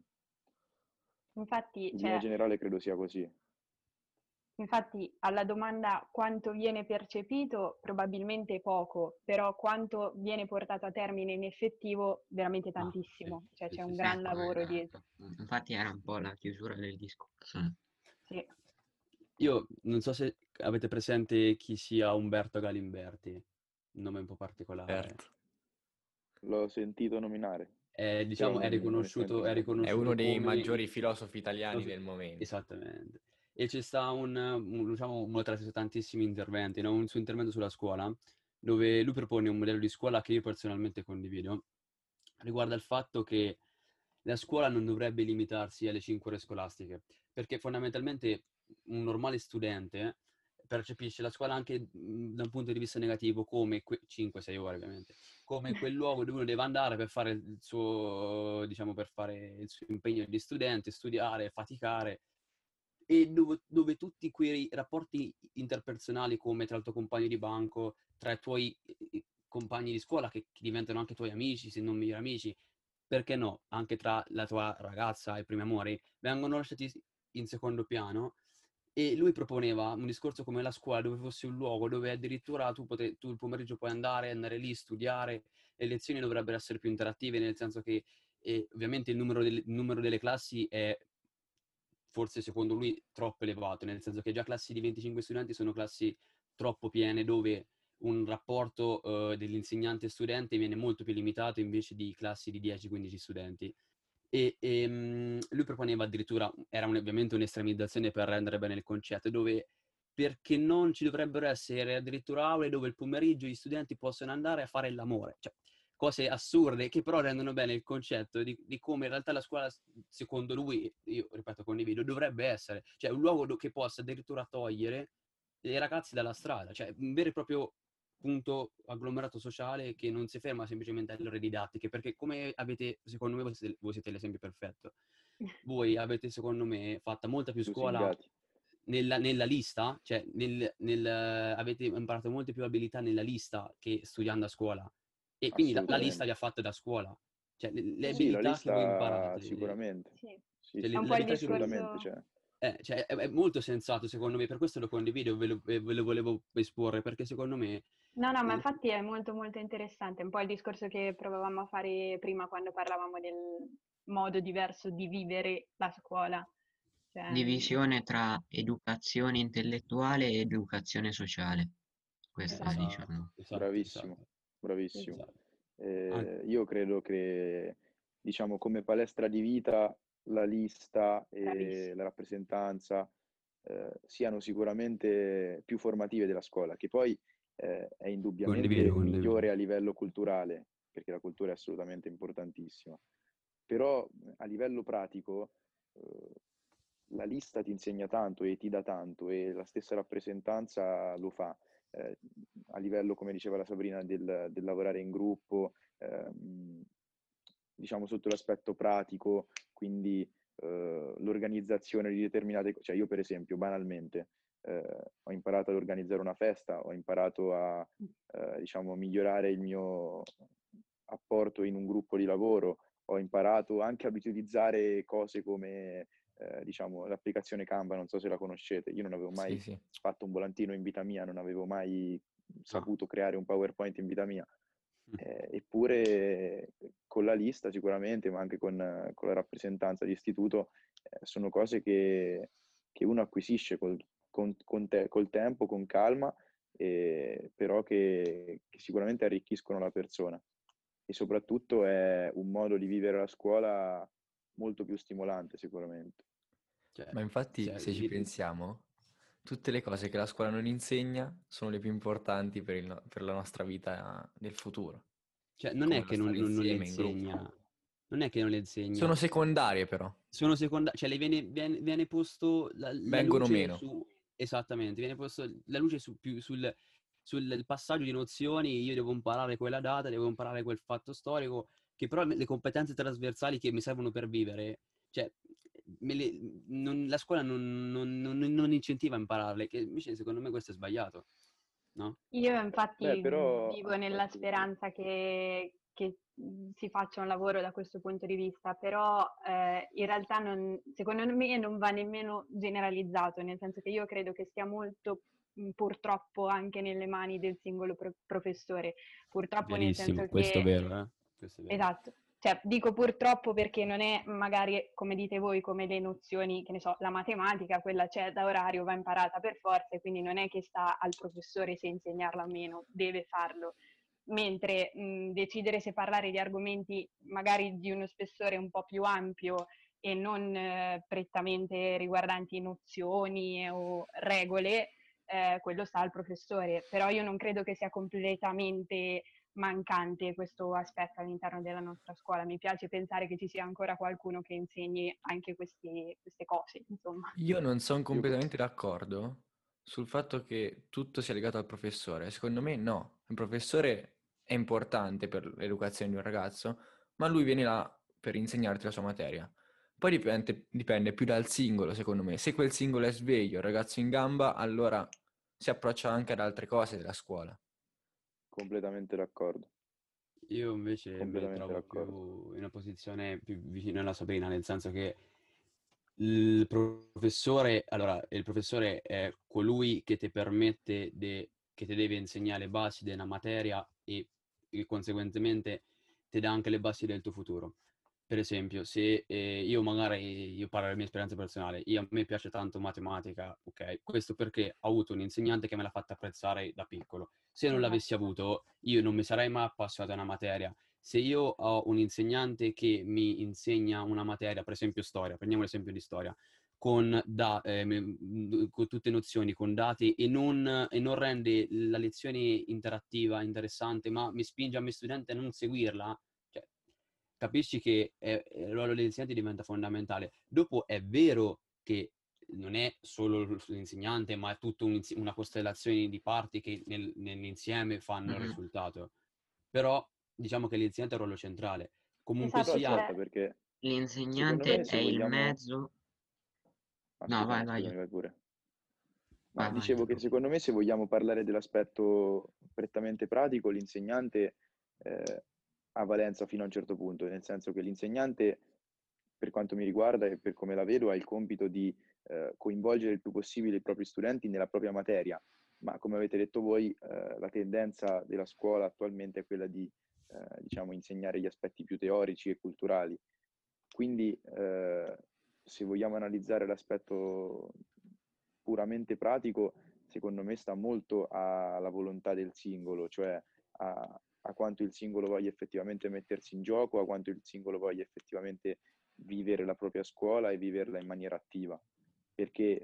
Infatti, in linea cioè, generale credo sia così. Infatti, alla domanda quanto viene percepito, probabilmente poco, però quanto viene portato a termine in effettivo, veramente Ah, sì, tantissimo. Cioè sì, c'è sì, un sì. gran Ecco, lavoro dietro. infatti era un po' la chiusura del discorso. Sì. Io non so se avete presente chi sia Umberto Galimberti, un nome un po' particolare. Certo. L'ho sentito nominare, però Diciamo, onestamente non è saprei. È riconosciuto uno dei come... maggiori filosofi italiani del momento. Esattamente. E c'è stato diciamo, uno tra i suoi tantissimi interventi, no? Un suo intervento sulla scuola, dove lui propone un modello di scuola che io personalmente condivido, riguarda il fatto che la scuola non dovrebbe limitarsi alle 5 ore scolastiche, perché fondamentalmente un normale studente percepisce la scuola anche da un punto di vista negativo come 5-6 ore ovviamente, come quel luogo dove uno deve andare per fare il suo, diciamo, per fare il suo impegno di studente, studiare, faticare, e dove tutti quei rapporti interpersonali come tra il tuo compagno di banco, tra i tuoi compagni di scuola che diventano anche tuoi amici, se non migliori amici, perché no, anche tra la tua ragazza e i primi amori, vengono lasciati in secondo piano. E lui proponeva un discorso come la scuola, dove fosse un luogo dove addirittura tu il pomeriggio puoi andare lì, studiare, le lezioni dovrebbero essere più interattive, nel senso che ovviamente il numero delle classi è forse secondo lui troppo elevato, nel senso che già classi di 25 studenti sono classi troppo piene, dove un rapporto dell'insegnante e studente viene molto più limitato invece di classi di 10-15 studenti. Lui proponeva addirittura, ovviamente un'estremizzazione per rendere bene il concetto, dove perché non ci dovrebbero essere addirittura aule dove il pomeriggio gli studenti possono andare a fare l'amore, cioè cose assurde che però rendono bene il concetto di come in realtà la scuola, secondo lui, io ripeto condivido, dovrebbe essere, cioè un luogo che possa addirittura togliere i ragazzi dalla strada, cioè un vero e proprio punto agglomerato sociale che non si ferma semplicemente alle ore didattiche, perché come avete, secondo me, voi siete l'esempio perfetto. Voi avete, secondo me, fatta molta più scuola Lusingati. nella lista, cioè avete imparato molte più abilità nella lista che studiando a scuola. E quindi la lista vi Assolutamente. ha fatto da scuola. Cioè le Sì, la abilità che voi lista imparate, sicuramente. Sì, Sì, cioè è sì, un le po' il abilità che voi assolutamente. discorso... Cioè, cioè, è molto sensato secondo me, per questo lo condivido e ve lo volevo esporre, perché secondo me... No, no, ma eh, infatti è molto molto interessante, un po' il discorso che provavamo a fare prima quando parlavamo del modo diverso di vivere la scuola. Cioè, Divisione tra educazione intellettuale e educazione sociale. Questo è, esatto, esatto, diciamo. esatto, bravissimo, esatto, sì, bravissimo. sì, esatto. An- Io credo che, diciamo, come palestra di vita, la lista e bravissimo. la rappresentanza siano sicuramente più formative della scuola, che poi è indubbiamente Condivido. migliore a livello culturale, perché la cultura è assolutamente importantissima. Però a livello pratico la lista ti insegna tanto e ti dà tanto e la stessa rappresentanza lo fa. A livello, come diceva la Sabrina, del lavorare in gruppo, diciamo sotto l'aspetto pratico, quindi l'organizzazione di determinate cose. Cioè io per esempio, banalmente, ho imparato ad organizzare una festa, ho imparato a diciamo, migliorare il mio apporto in un gruppo di lavoro, ho imparato anche ad utilizzare cose come diciamo, l'applicazione Canva, non so se la conoscete, io non avevo Sì, mai sì. fatto un volantino in vita mia, non avevo mai Ah. saputo creare un PowerPoint in vita mia. Eppure con la lista sicuramente, ma anche con la rappresentanza di istituto, sono cose che uno acquisisce col tempo, con calma, però che sicuramente arricchiscono la persona. E soprattutto è un modo di vivere la scuola molto più stimolante sicuramente. Cioè, Ma infatti, cioè, se ci pensiamo, tutte le cose che la scuola non insegna sono le più importanti per la nostra vita del futuro, cioè, non è come lo che stare non le insieme in insegna, gruppo. non è che non le insegna, Sono secondarie però, sono secondarie, cioè le viene posto la vengono luce meno. su, esattamente, viene posto la luce sul passaggio di nozioni, io devo imparare quella data, devo imparare quel fatto storico, che però le competenze trasversali che mi servono per vivere, cioè, la scuola non incentiva a impararle, che invece secondo me questo è sbagliato, no? Io Beh, infatti però vivo nella aspetta, speranza che si faccia un lavoro da questo punto di vista, però in realtà secondo me non va nemmeno generalizzato, nel senso che io credo che sia molto purtroppo anche nelle mani del singolo professore, purtroppo nel senso Verissimo, questo è che, vero, questo è vero. esatto, cioè dico purtroppo perché non è magari come dite voi come le nozioni, che ne so, la matematica, quella c'è da orario, va imparata per forza e quindi non è che sta al professore se insegnarla o meno, deve farlo. Mentre decidere se parlare di argomenti magari di uno spessore un po' più ampio e non prettamente riguardanti nozioni o regole, quello sta al professore. Però io non credo che sia completamente mancante questo aspetto all'interno della nostra scuola. Mi piace pensare che ci sia ancora qualcuno che insegni anche queste cose, insomma. Io non sono io, completamente d'accordo sul fatto che tutto sia legato al professore. Secondo me no. Il professore è importante per l'educazione di un ragazzo, ma lui viene là per insegnarti la sua materia. Poi dipende più dal singolo, secondo me. Se quel singolo è sveglio, il ragazzo in gamba, allora si approccia anche ad altre cose della scuola. completamente d'accordo. Io invece mi completamente trovo d'accordo. più in una posizione più vicina alla Sabrina, nel senso che allora, il professore è colui che ti permette che ti deve insegnare le basi di una materia e conseguentemente ti dà anche le basi del tuo futuro. Per esempio, se io parlo della mia esperienza personale, a me piace tanto matematica, ok? Questo perché ho avuto un insegnante che me l'ha fatta apprezzare da piccolo. Se non l'avessi Esatto. avuto, io non mi sarei mai appassionato a una materia. Se io ho un insegnante che mi insegna una materia, per esempio storia, prendiamo l'esempio di storia, con tutte nozioni, con dati e non rende la lezione interattiva, interessante, ma mi spinge a me studente a non seguirla, cioè, capisci che il ruolo dell'insegnante diventa fondamentale. Dopo è vero che non è solo l'insegnante, ma è tutta una costellazione di parti che nell'insieme fanno il Mhm. risultato. Però diciamo che l'insegnante ha un ruolo centrale. Comunque Esatto, Però sia, aspetta, cioè, perché secondo L'insegnante me è se il vogliamo... mezzo. Ah, No, vai, scusami, vai, scusami, vai pure. No, vai, non ti dicevo che preoccupare. secondo me se vogliamo parlare dell'aspetto prettamente pratico, l'insegnante eh, ha valenza fino a un certo punto, nel senso che l'insegnante, per quanto mi riguarda e per come la vedo, ha il compito di coinvolgere il più possibile i propri studenti nella propria materia, ma come avete detto voi, la tendenza della scuola attualmente è quella di, diciamo, insegnare gli aspetti più teorici e culturali. Quindi, se vogliamo analizzare l'aspetto puramente pratico, secondo me sta molto alla volontà del singolo, cioè a quanto il singolo voglia effettivamente mettersi in gioco, a quanto il singolo voglia effettivamente vivere la propria scuola e viverla in maniera attiva. Perché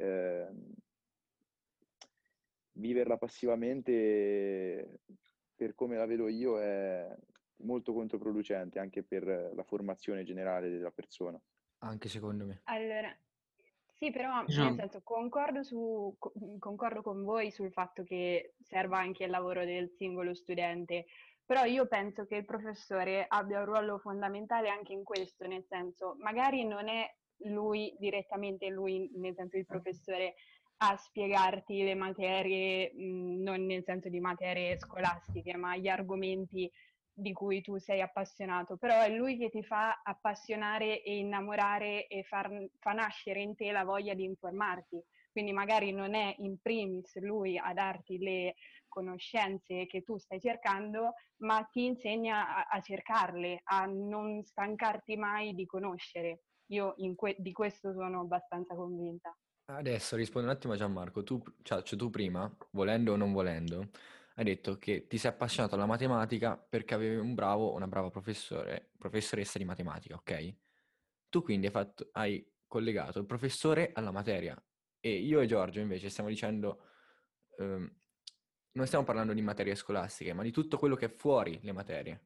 viverla passivamente, per come la vedo io, è molto controproducente anche per la formazione generale della persona. Anche secondo me. allora, sì, però nel Diciamo, senso concordo con voi sul fatto che serva anche il lavoro del singolo studente, però io penso che il professore abbia un ruolo fondamentale anche in questo, nel senso, magari non è lui direttamente lui, nel senso il professore a spiegarti le materie, non nel senso di materie scolastiche, ma gli argomenti di cui tu sei appassionato, però è lui che ti fa appassionare e innamorare e fa nascere in te la voglia di informarti. Quindi magari non è in primis lui a darti le conoscenze che tu stai cercando, ma ti insegna a cercarle, a non stancarti mai di conoscere. Io di questo sono abbastanza convinta. Adesso rispondo un attimo a Gianmarco. Tu prima, volendo o non volendo, hai detto che ti sei appassionato alla matematica perché avevi un bravo o una brava professoressa di matematica, ok? Tu quindi hai collegato il professore alla materia e io e Giorgio invece stiamo dicendo, ehm, non stiamo parlando di materie scolastiche, ma di tutto quello che è fuori le materie,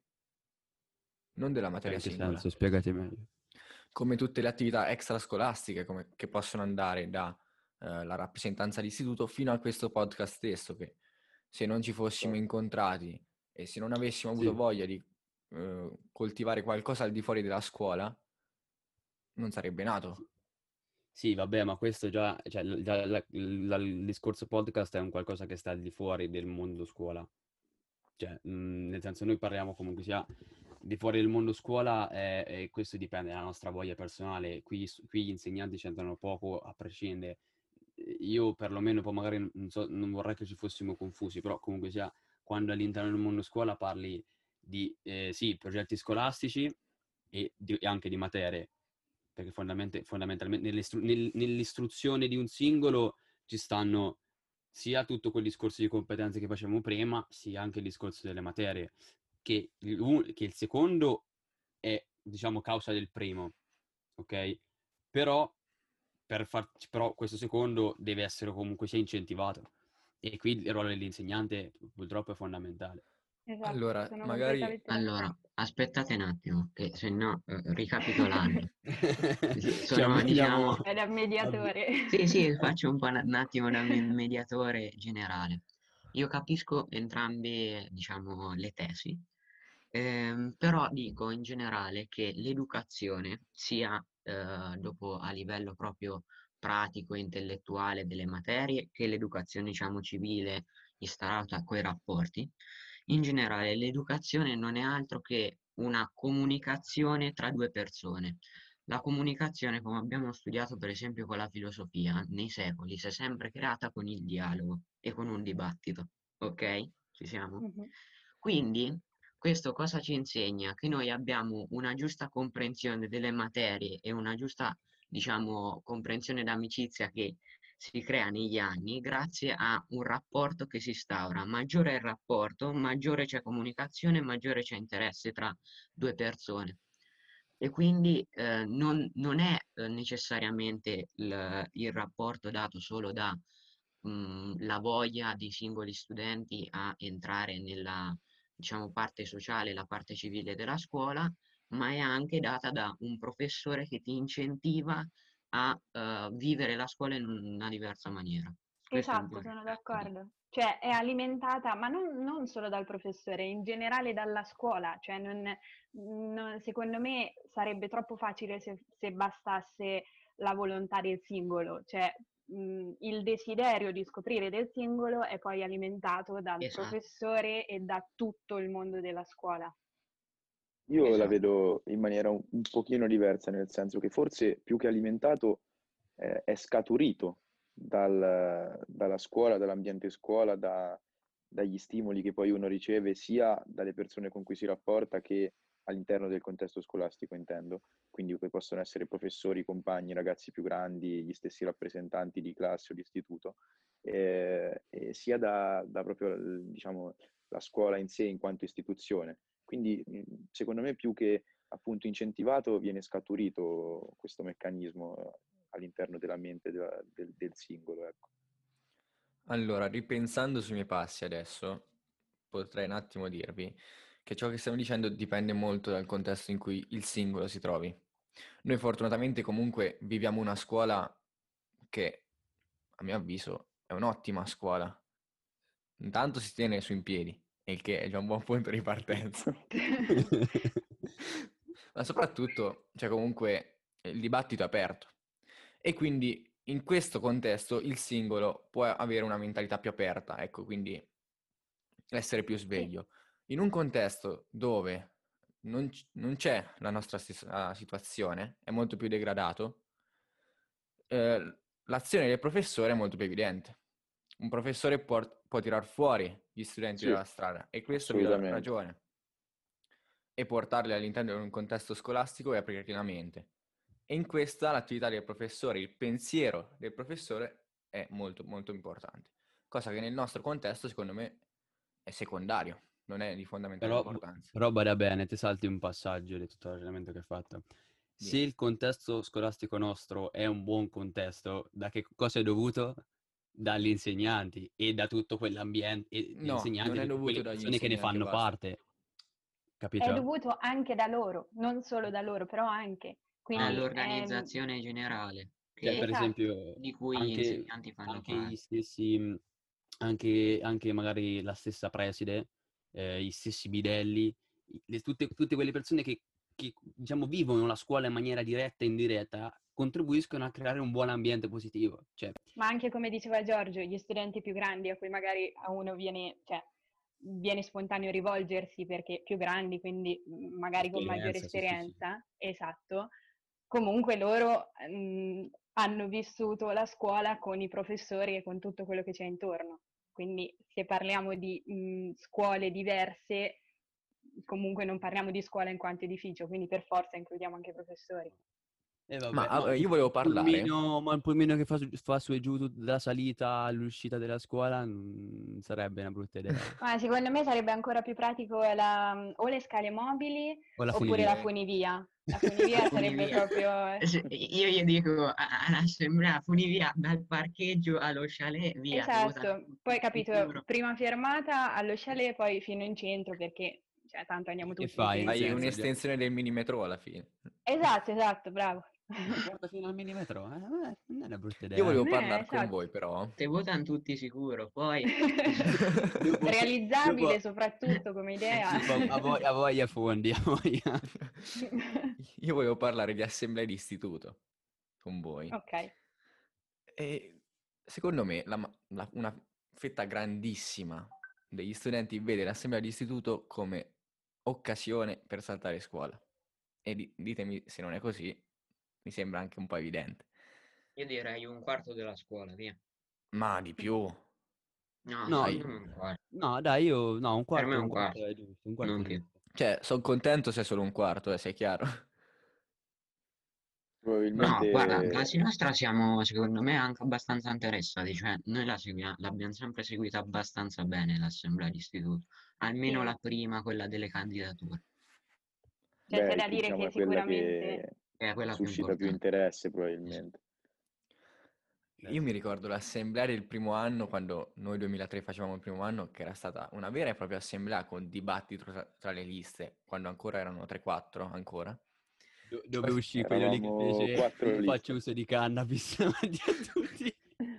non della cioè, materia in che singola. senso? Spiegati meglio. Come tutte le attività extrascolastiche che possono andare da la rappresentanza d'istituto fino a questo podcast stesso, che se non ci fossimo Certo. incontrati e se non avessimo avuto Sì. voglia di coltivare qualcosa al di fuori della scuola, non sarebbe nato. Sì, vabbè, ma questo già, cioè, il discorso podcast è un qualcosa che sta al di fuori del mondo scuola. Cioè, nel senso, noi parliamo comunque sia di fuori del mondo scuola e questo dipende dalla nostra voglia personale. Qui gli insegnanti c'entrano poco, a prescindere. Io perlomeno, poi magari non vorrei che ci fossimo confusi, però comunque sia, quando all'interno del mondo scuola parli di, sì, progetti scolastici e anche di materie, perché fondamentalmente nell'istruzione di un singolo ci stanno sia tutto quel discorso di competenze che facevamo prima, sia anche il discorso delle materie, che il secondo è, diciamo, causa del primo, ok? Però, però questo secondo deve essere comunque sia incentivato. E qui il ruolo dell'insegnante purtroppo è fondamentale. Esatto, Allora, sono magari completamente allora, d'accordo. aspettate un attimo, che se no, ricapitolando. Cioè, Sono, vogliamo... diciamo, È da mediatore. sì, sì, faccio un attimo da mediatore generale. Io capisco entrambe, diciamo, le tesi, però dico in generale che l'educazione, sia dopo a livello proprio pratico e intellettuale delle materie, che l'educazione, diciamo, civile istaurata coi rapporti, In generale, l'educazione non è altro che una comunicazione tra due persone. La comunicazione, come abbiamo studiato per esempio con la filosofia, nei secoli si è sempre creata con il dialogo e con un dibattito. Ok? Ci siamo? Mhm. Quindi, questo cosa ci insegna? Che noi abbiamo una giusta comprensione delle materie e una giusta, diciamo, comprensione d'amicizia che si crea negli anni grazie a un rapporto che si instaura. Maggiore è il rapporto, maggiore c'è comunicazione, maggiore c'è interesse tra due persone. E quindi non è necessariamente il rapporto dato solo da la voglia dei singoli studenti a entrare nella, diciamo, parte sociale, la parte civile della scuola, ma è anche data da un professore che ti incentiva a vivere la scuola in una diversa maniera. Questo è un po' Esatto, il sono concetto di... d'accordo. Cioè è alimentata, ma non solo dal professore, in generale dalla scuola. Cioè secondo me sarebbe troppo facile se bastasse la volontà del singolo. Cioè il desiderio di scoprire del singolo è poi alimentato dal Esatto, professore e da tutto il mondo della scuola. Io la esatto. vedo in maniera un pochino diversa, nel senso che forse più che alimentato è scaturito dalla scuola, dall'ambiente scuola, dagli stimoli che poi uno riceve sia dalle persone con cui si rapporta che all'interno del contesto scolastico, intendo. Quindi che possono essere professori, compagni, ragazzi più grandi, gli stessi rappresentanti di classe o di istituto, e sia da proprio, diciamo, la scuola in sé in quanto istituzione. Quindi secondo me più che appunto incentivato viene scaturito questo meccanismo all'interno della mente del singolo, ecco. Allora, ripensando sui miei passi adesso, potrei un attimo dirvi che ciò che stiamo dicendo dipende molto dal contesto in cui il singolo si trovi. Noi fortunatamente comunque viviamo una scuola che, a mio avviso, è un'ottima scuola. Intanto si tiene su in piedi, il che è già un buon punto di partenza. Ma soprattutto c'è comunque il dibattito è aperto. E quindi in questo contesto il singolo può avere una mentalità più aperta, ecco, quindi essere più Sì. sveglio. In un contesto dove non c'è la nostra stessa situazione, è molto più degradato, l'azione del professore è molto più evidente. Un professore può tirar fuori gli studenti Sì, dalla strada e questo vi dà assolutamente. ragione e portarli all'interno di un contesto scolastico e aprire la mente. E in questa l'attività del professore, il pensiero del professore è molto molto importante, cosa che nel nostro contesto secondo me è secondario, non è di fondamentale Però, importanza. però bada bene, ti salti un passaggio di tutto il ragionamento che hai fatto. Se Dimmi. il contesto scolastico nostro è un buon contesto, da che cosa è dovuto? Dagli insegnanti e da tutto quell'ambiente, e gli No, insegnanti non e è tutte quelle dovuto dagli persone che ne insegnanti e fanno basta. parte, È capito? dovuto anche da loro, non solo da loro, però anche. Quindi All'organizzazione generale Cioè, per esatto. esempio, di cui gli anche, insegnanti fanno anche gli parte. stessi, anche magari la stessa preside, gli stessi bidelli, tutte quelle persone che, diciamo, vivono la scuola in maniera diretta e indiretta, contribuiscono a creare un buon ambiente positivo. Cioè, Ma anche come diceva Giorgio, gli studenti più grandi a cui magari a uno viene spontaneo rivolgersi perché più grandi, quindi magari con maggiore esperienza, sì, sì, sì. esperienza, esatto, comunque loro hanno vissuto la scuola con i professori e con tutto quello che c'è intorno. Quindi se parliamo di scuole diverse, comunque non parliamo di scuola in quanto edificio, quindi per forza includiamo anche i professori. E Ma vabbè, ma io volevo parlare. il pulmino che fa su e giù dalla salita all'uscita della scuola non sarebbe una brutta idea. Ma secondo me sarebbe ancora più pratico o le scale mobili O la oppure la funivia. funivia. La La funivia sarebbe funivia. proprio... Io gli dico all'assemblea funivia dal parcheggio allo chalet, via, devo dare Esatto, poi capito, sicuro. prima fermata allo chalet, poi fino in centro perché cioè, tanto andiamo Che tutti in fai? In Hai centro. senso, un'estensione del millimetro alla fine. Esatto, bravo. porta fino al millimetro? Non è una brutta Io idea. volevo parlare con Esatto. voi però. Se votano tutti sicuro, poi Dopo, Realizzabile dopo soprattutto come idea. sì, a voglia fondi, a voglia. Io volevo parlare di assemblee di istituto con voi. Ok. E secondo me una fetta grandissima degli studenti vede l'assemblea di istituto come occasione per saltare scuola. E ditemi se non è così, mi sembra anche un po' evidente. Io direi un quarto della scuola, via. Ma di più, No, No, dai. secondo me un quarto. no, dai, un Per me quarto, un quarto, è giusto, un quarto non è più. giusto. Cioè, sono contento se è solo un quarto, se è chiaro. No, guarda, Probabilmente, classe nostra siamo, secondo me, anche abbastanza interessati, cioè noi l'abbiamo sempre seguita abbastanza bene l'assemblea di istituto, almeno Sì, la prima, quella delle candidature, cioè c'è da dire diciamo che è quella sicuramente che che è quella più suscita più importante. interesse Esatto. probabilmente. Io mi ricordo l'assemblea del primo anno, quando noi 2003 facevamo il primo anno, che era stata una vera e propria assemblea con dibattito tra le liste, quando ancora erano 3-4 ancora. Dove Poi, uscì quello lì che Eravamo fece quattro io faccio liste. uso di cannabis davanti a tutti.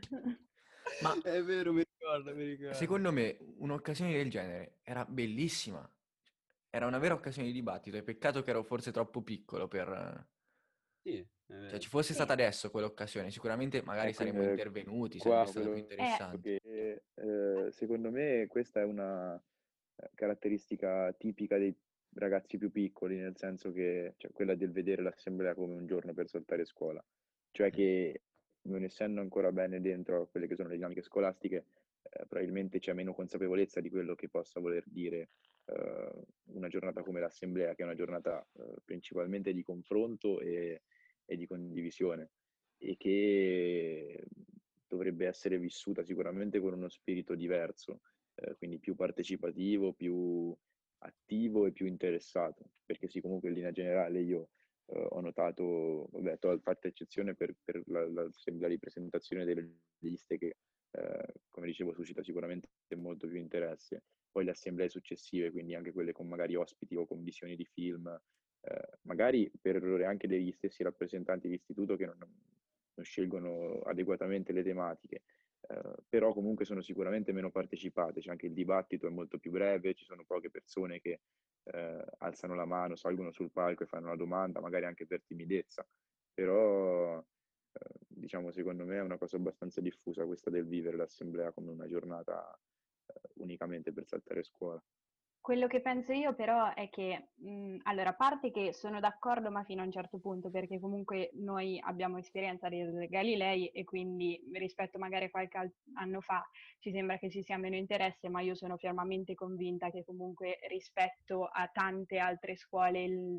ma È vero, mi ricordo, mi ricordo. secondo me un'occasione del genere era bellissima. Era una vera occasione di dibattito, e peccato che ero forse troppo piccolo per... Sì, è Cioè, vero. ci fosse stata sì. adesso quell'occasione, sicuramente magari Ecco, saremmo intervenuti, sarebbe qua stato più quello interessante. che secondo me questa è una caratteristica tipica dei ragazzi più piccoli, nel senso che, cioè, quella del vedere l'assemblea come un giorno per saltare scuola, cioè che non essendo ancora bene dentro a quelle che sono le dinamiche scolastiche, probabilmente c'è meno consapevolezza di quello che possa voler dire una giornata come l'assemblea, che è una giornata principalmente di confronto e di condivisione e che dovrebbe essere vissuta sicuramente con uno spirito diverso, quindi più partecipativo, più attivo e più interessato, perché sì, comunque in linea generale io ho notato, vabbè, fatta eccezione per l'assemblea di presentazione delle liste che, come dicevo, suscita sicuramente molto più interesse. Poi le assemblee successive, quindi anche quelle con magari ospiti o con visioni di film, magari per errore anche degli stessi rappresentanti di istituto che non scelgono adeguatamente le tematiche, però comunque sono sicuramente meno partecipate, c'è anche il dibattito è molto più breve, ci sono poche persone che alzano la mano, salgono sul palco e fanno una domanda, magari anche per timidezza, però diciamo secondo me è una cosa abbastanza diffusa questa del vivere l'assemblea come una giornata unicamente per saltare scuola. Quello che penso io però è che, allora, a parte che sono d'accordo ma fino a un certo punto, perché comunque noi abbiamo esperienza del Galilei e quindi rispetto magari a qualche anno fa ci sembra che ci sia meno interesse, ma io sono fermamente convinta che comunque rispetto a tante altre scuole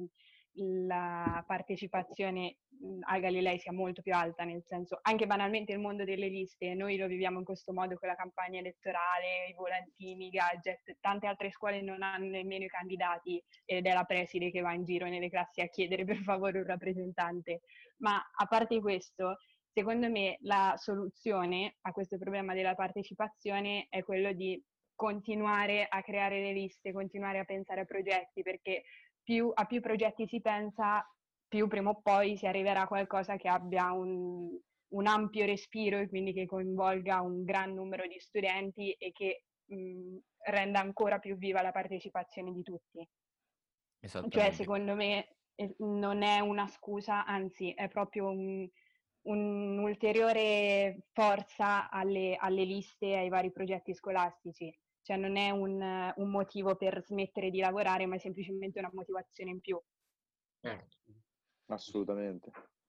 la partecipazione al Galilei sia molto più alta, nel senso anche banalmente il mondo delle liste, noi lo viviamo in questo modo con la campagna elettorale, i volantini, i gadget, tante altre scuole non hanno nemmeno i candidati ed è la preside che va in giro nelle classi a chiedere per favore un rappresentante, ma a parte questo, secondo me la soluzione a questo problema della partecipazione è quello di continuare a creare le liste, continuare a pensare a progetti, perché a più progetti si pensa, più prima o poi si arriverà a qualcosa che abbia un ampio respiro e quindi che coinvolga un gran numero di studenti e che renda ancora più viva la partecipazione di tutti. Cioè, Esattamente. secondo me non è una scusa, anzi è proprio un'ulteriore forza alle liste e ai vari progetti scolastici. Cioè non è un motivo per smettere di lavorare, ma è semplicemente una motivazione in più. Certo. Assolutamente.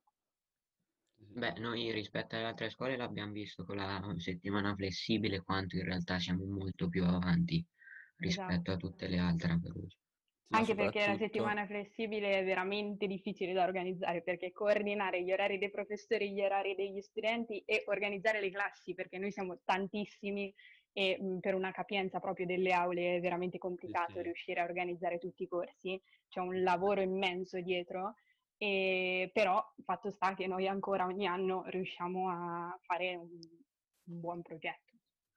Beh, noi rispetto alle altre scuole l'abbiamo visto con la settimana flessibile quanto in realtà siamo molto più avanti rispetto a Esatto. tutte le altre a Perugia. Ma Anche perché la soprattutto, settimana flessibile è veramente difficile da organizzare, perché coordinare gli orari dei professori, gli orari degli studenti e organizzare le classi, perché noi siamo tantissimi e per una capienza proprio delle aule è veramente Sì, complicato sì. riuscire a organizzare tutti i corsi, c'è un lavoro immenso dietro, però fatto sta che noi ancora ogni anno riusciamo a fare un buon progetto.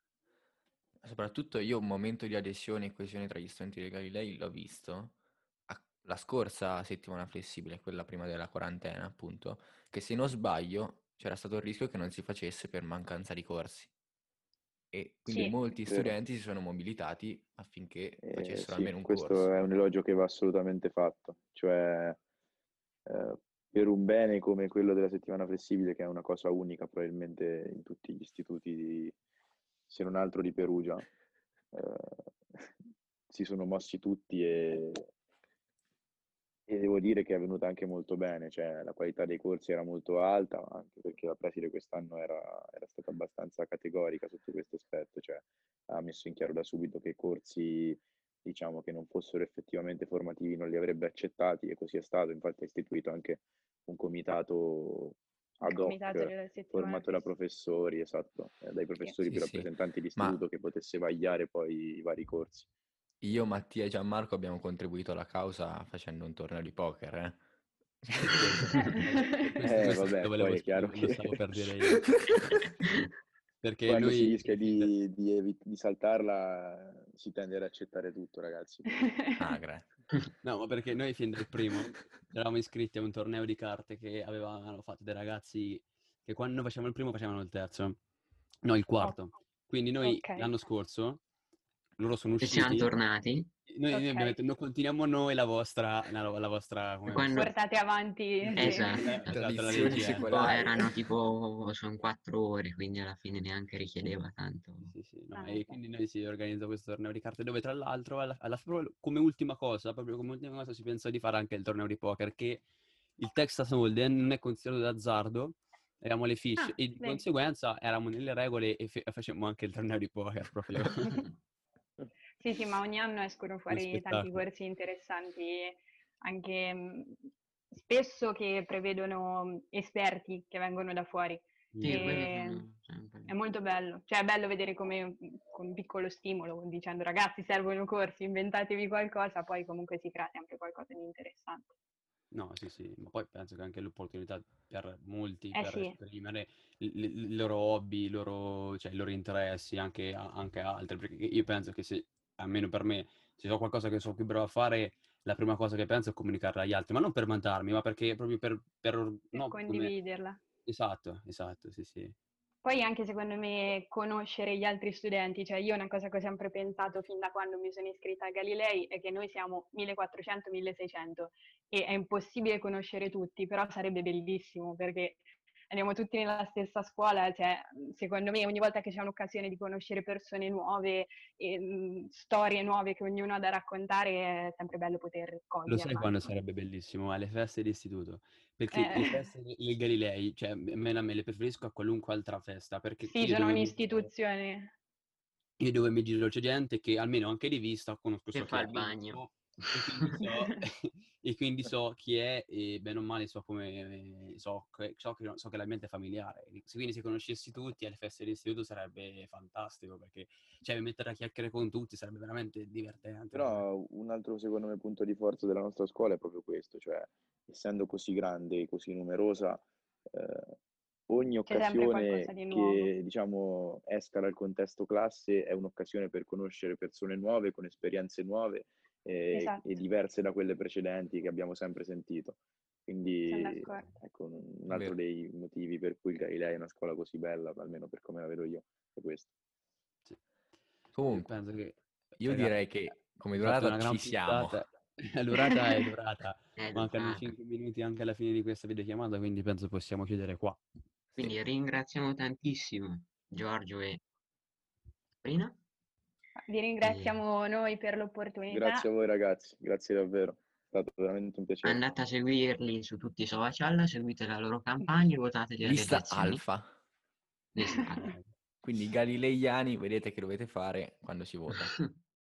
soprattutto io un momento di adesione e coesione tra gli studenti del Galilei l'ho visto la scorsa settimana flessibile, quella prima della quarantena, appunto, che se non sbaglio c'era stato il rischio che non si facesse per mancanza di corsi. E quindi Sì, molti Vero. studenti si sono mobilitati affinché facessero Sì, almeno un questo corso. è un elogio che va assolutamente fatto, cioè per un bene come quello della settimana flessibile, che è una cosa unica probabilmente in tutti gli istituti, se non altro di Perugia, si sono mossi tutti e devo dire che è venuta anche molto bene, cioè la qualità dei corsi era molto alta, anche perché la preside quest'anno era stata abbastanza categorica sotto questo aspetto, cioè ha messo in chiaro da subito che corsi, diciamo, che non fossero effettivamente formativi non li avrebbe accettati, e così è stato. Infatti ha istituito anche un comitato Il ad comitato hoc della settimana formato da fissa. professori, esatto, dai Sì. professori più Sì, sì. rappresentanti Ma d'istituto, che potesse vagliare poi i vari corsi. io, Mattia e Gianmarco abbiamo contribuito alla causa facendo un torneo di poker, eh? Sì, esatto. Questo Vabbè, poi è chiaro lo che stavo per dire io. Perché quando si noi, rischia di saltarla, si tende ad accettare tutto, ragazzi. Ah, grazie. no, ma perché noi fin dal primo ci eravamo iscritti a un torneo di carte che avevano fatto dei ragazzi che quando facevamo il primo facevano il terzo, no, il quarto. Quindi noi Ok. l'anno scorso, loro sono E siamo usciti, tornati. noi abbiamo Ok. detto, noi continuiamo noi la vostra, E come quando... possiamo Portate avanti, sì. Esatto. esatto, la Tradizioni DGM. Tipo, secolari. erano tipo, sono 4 ore, quindi alla fine neanche richiedeva tanto. Sì, no, Ah, e ok. quindi noi si organizza questo torneo di carte dove tra l'altro proprio come ultima cosa, proprio come ultima cosa si pensa di fare anche il torneo di poker, che il Texas Hold'em non è considerato d'azzardo, eravamo le fish Ah, e di vedi. conseguenza eravamo nelle regole e facevamo anche il torneo di poker proprio. Sì, ma ogni anno escono Uno fuori tanti spettacolo. corsi interessanti, anche spesso che prevedono esperti che vengono da fuori. Sì, Mm. quelli E sono sempre... è molto bello, cioè è bello vedere come con un piccolo stimolo, dicendo ragazzi servono corsi, inventatevi qualcosa, poi comunque si crea sempre qualcosa di interessante. No, sì, ma poi penso che anche l'opportunità per molti Eh per sì, esprimere i loro hobby, cioè, i loro interessi, anche altri, perché io penso che se, almeno per me, se so qualcosa che sono più bravo a fare, la prima cosa che penso è comunicarla agli altri, ma non per vantarmi, ma perché proprio per no, come... condividerla. Esatto, sì. Poi anche secondo me conoscere gli altri studenti, cioè io una cosa che ho sempre pensato fin da quando mi sono iscritta a Galilei è che noi siamo 1400-1600 e è impossibile conoscere tutti, però sarebbe bellissimo perché andiamo tutti nella stessa scuola, cioè secondo me ogni volta che c'è un'occasione di conoscere persone nuove e storie nuove che ognuno ha da raccontare è sempre bello poter Lo sai coglierla, quando ecco. sarebbe bellissimo? Alle feste d'istituto. Perché le Eh, feste del Galilei, cioè, a me le preferisco a qualunque altra festa, perché sì, sono un'istituzione. io dove mi giro c'è gente che almeno anche di vista conosco, Che so chi fa è, il bagno. e quindi so chi è e bene o male so come, so che l'ambiente è familiare. Quindi se conoscessi tutti alle feste d'istituto sarebbe fantastico, perché cioè, mettere a chiacchiere con tutti sarebbe veramente divertente per me. Però un altro, secondo me, punto di forza della nostra scuola è proprio questo, cioè essendo così grande e così numerosa, eh, ogni C'è sempre occasione qualcosa di nuovo. che, diciamo, esca dal contesto classe è un'occasione per conoscere persone nuove, con esperienze nuove e Esatto, diverse da quelle precedenti che abbiamo sempre sentito. sono Quindi, d'accordo. ecco, un altro Vero. dei motivi per cui il Galilei è una scuola così bella, almeno per come la vedo io, è questo. Sì. Io Comunque, penso che, io ragazzi, direi che come ho fatto durata una ci gran siamo. puntata. Durata è durata. È Mancano durata. 5 minuti anche alla fine di questa videochiamata, quindi penso possiamo chiudere qua. Sì. Quindi ringraziamo tantissimo Giorgio e Sabrina. Vi E ringraziamo noi per Grazie l'opportunità. a voi ragazzi, grazie davvero, è stato veramente un piacere. andate a seguirli su tutti i social, seguite la loro campagna e votateli alle Lista elezioni. alfa. Lista alfa. Dai. Quindi i galileiani vedete che dovete fare quando si vota.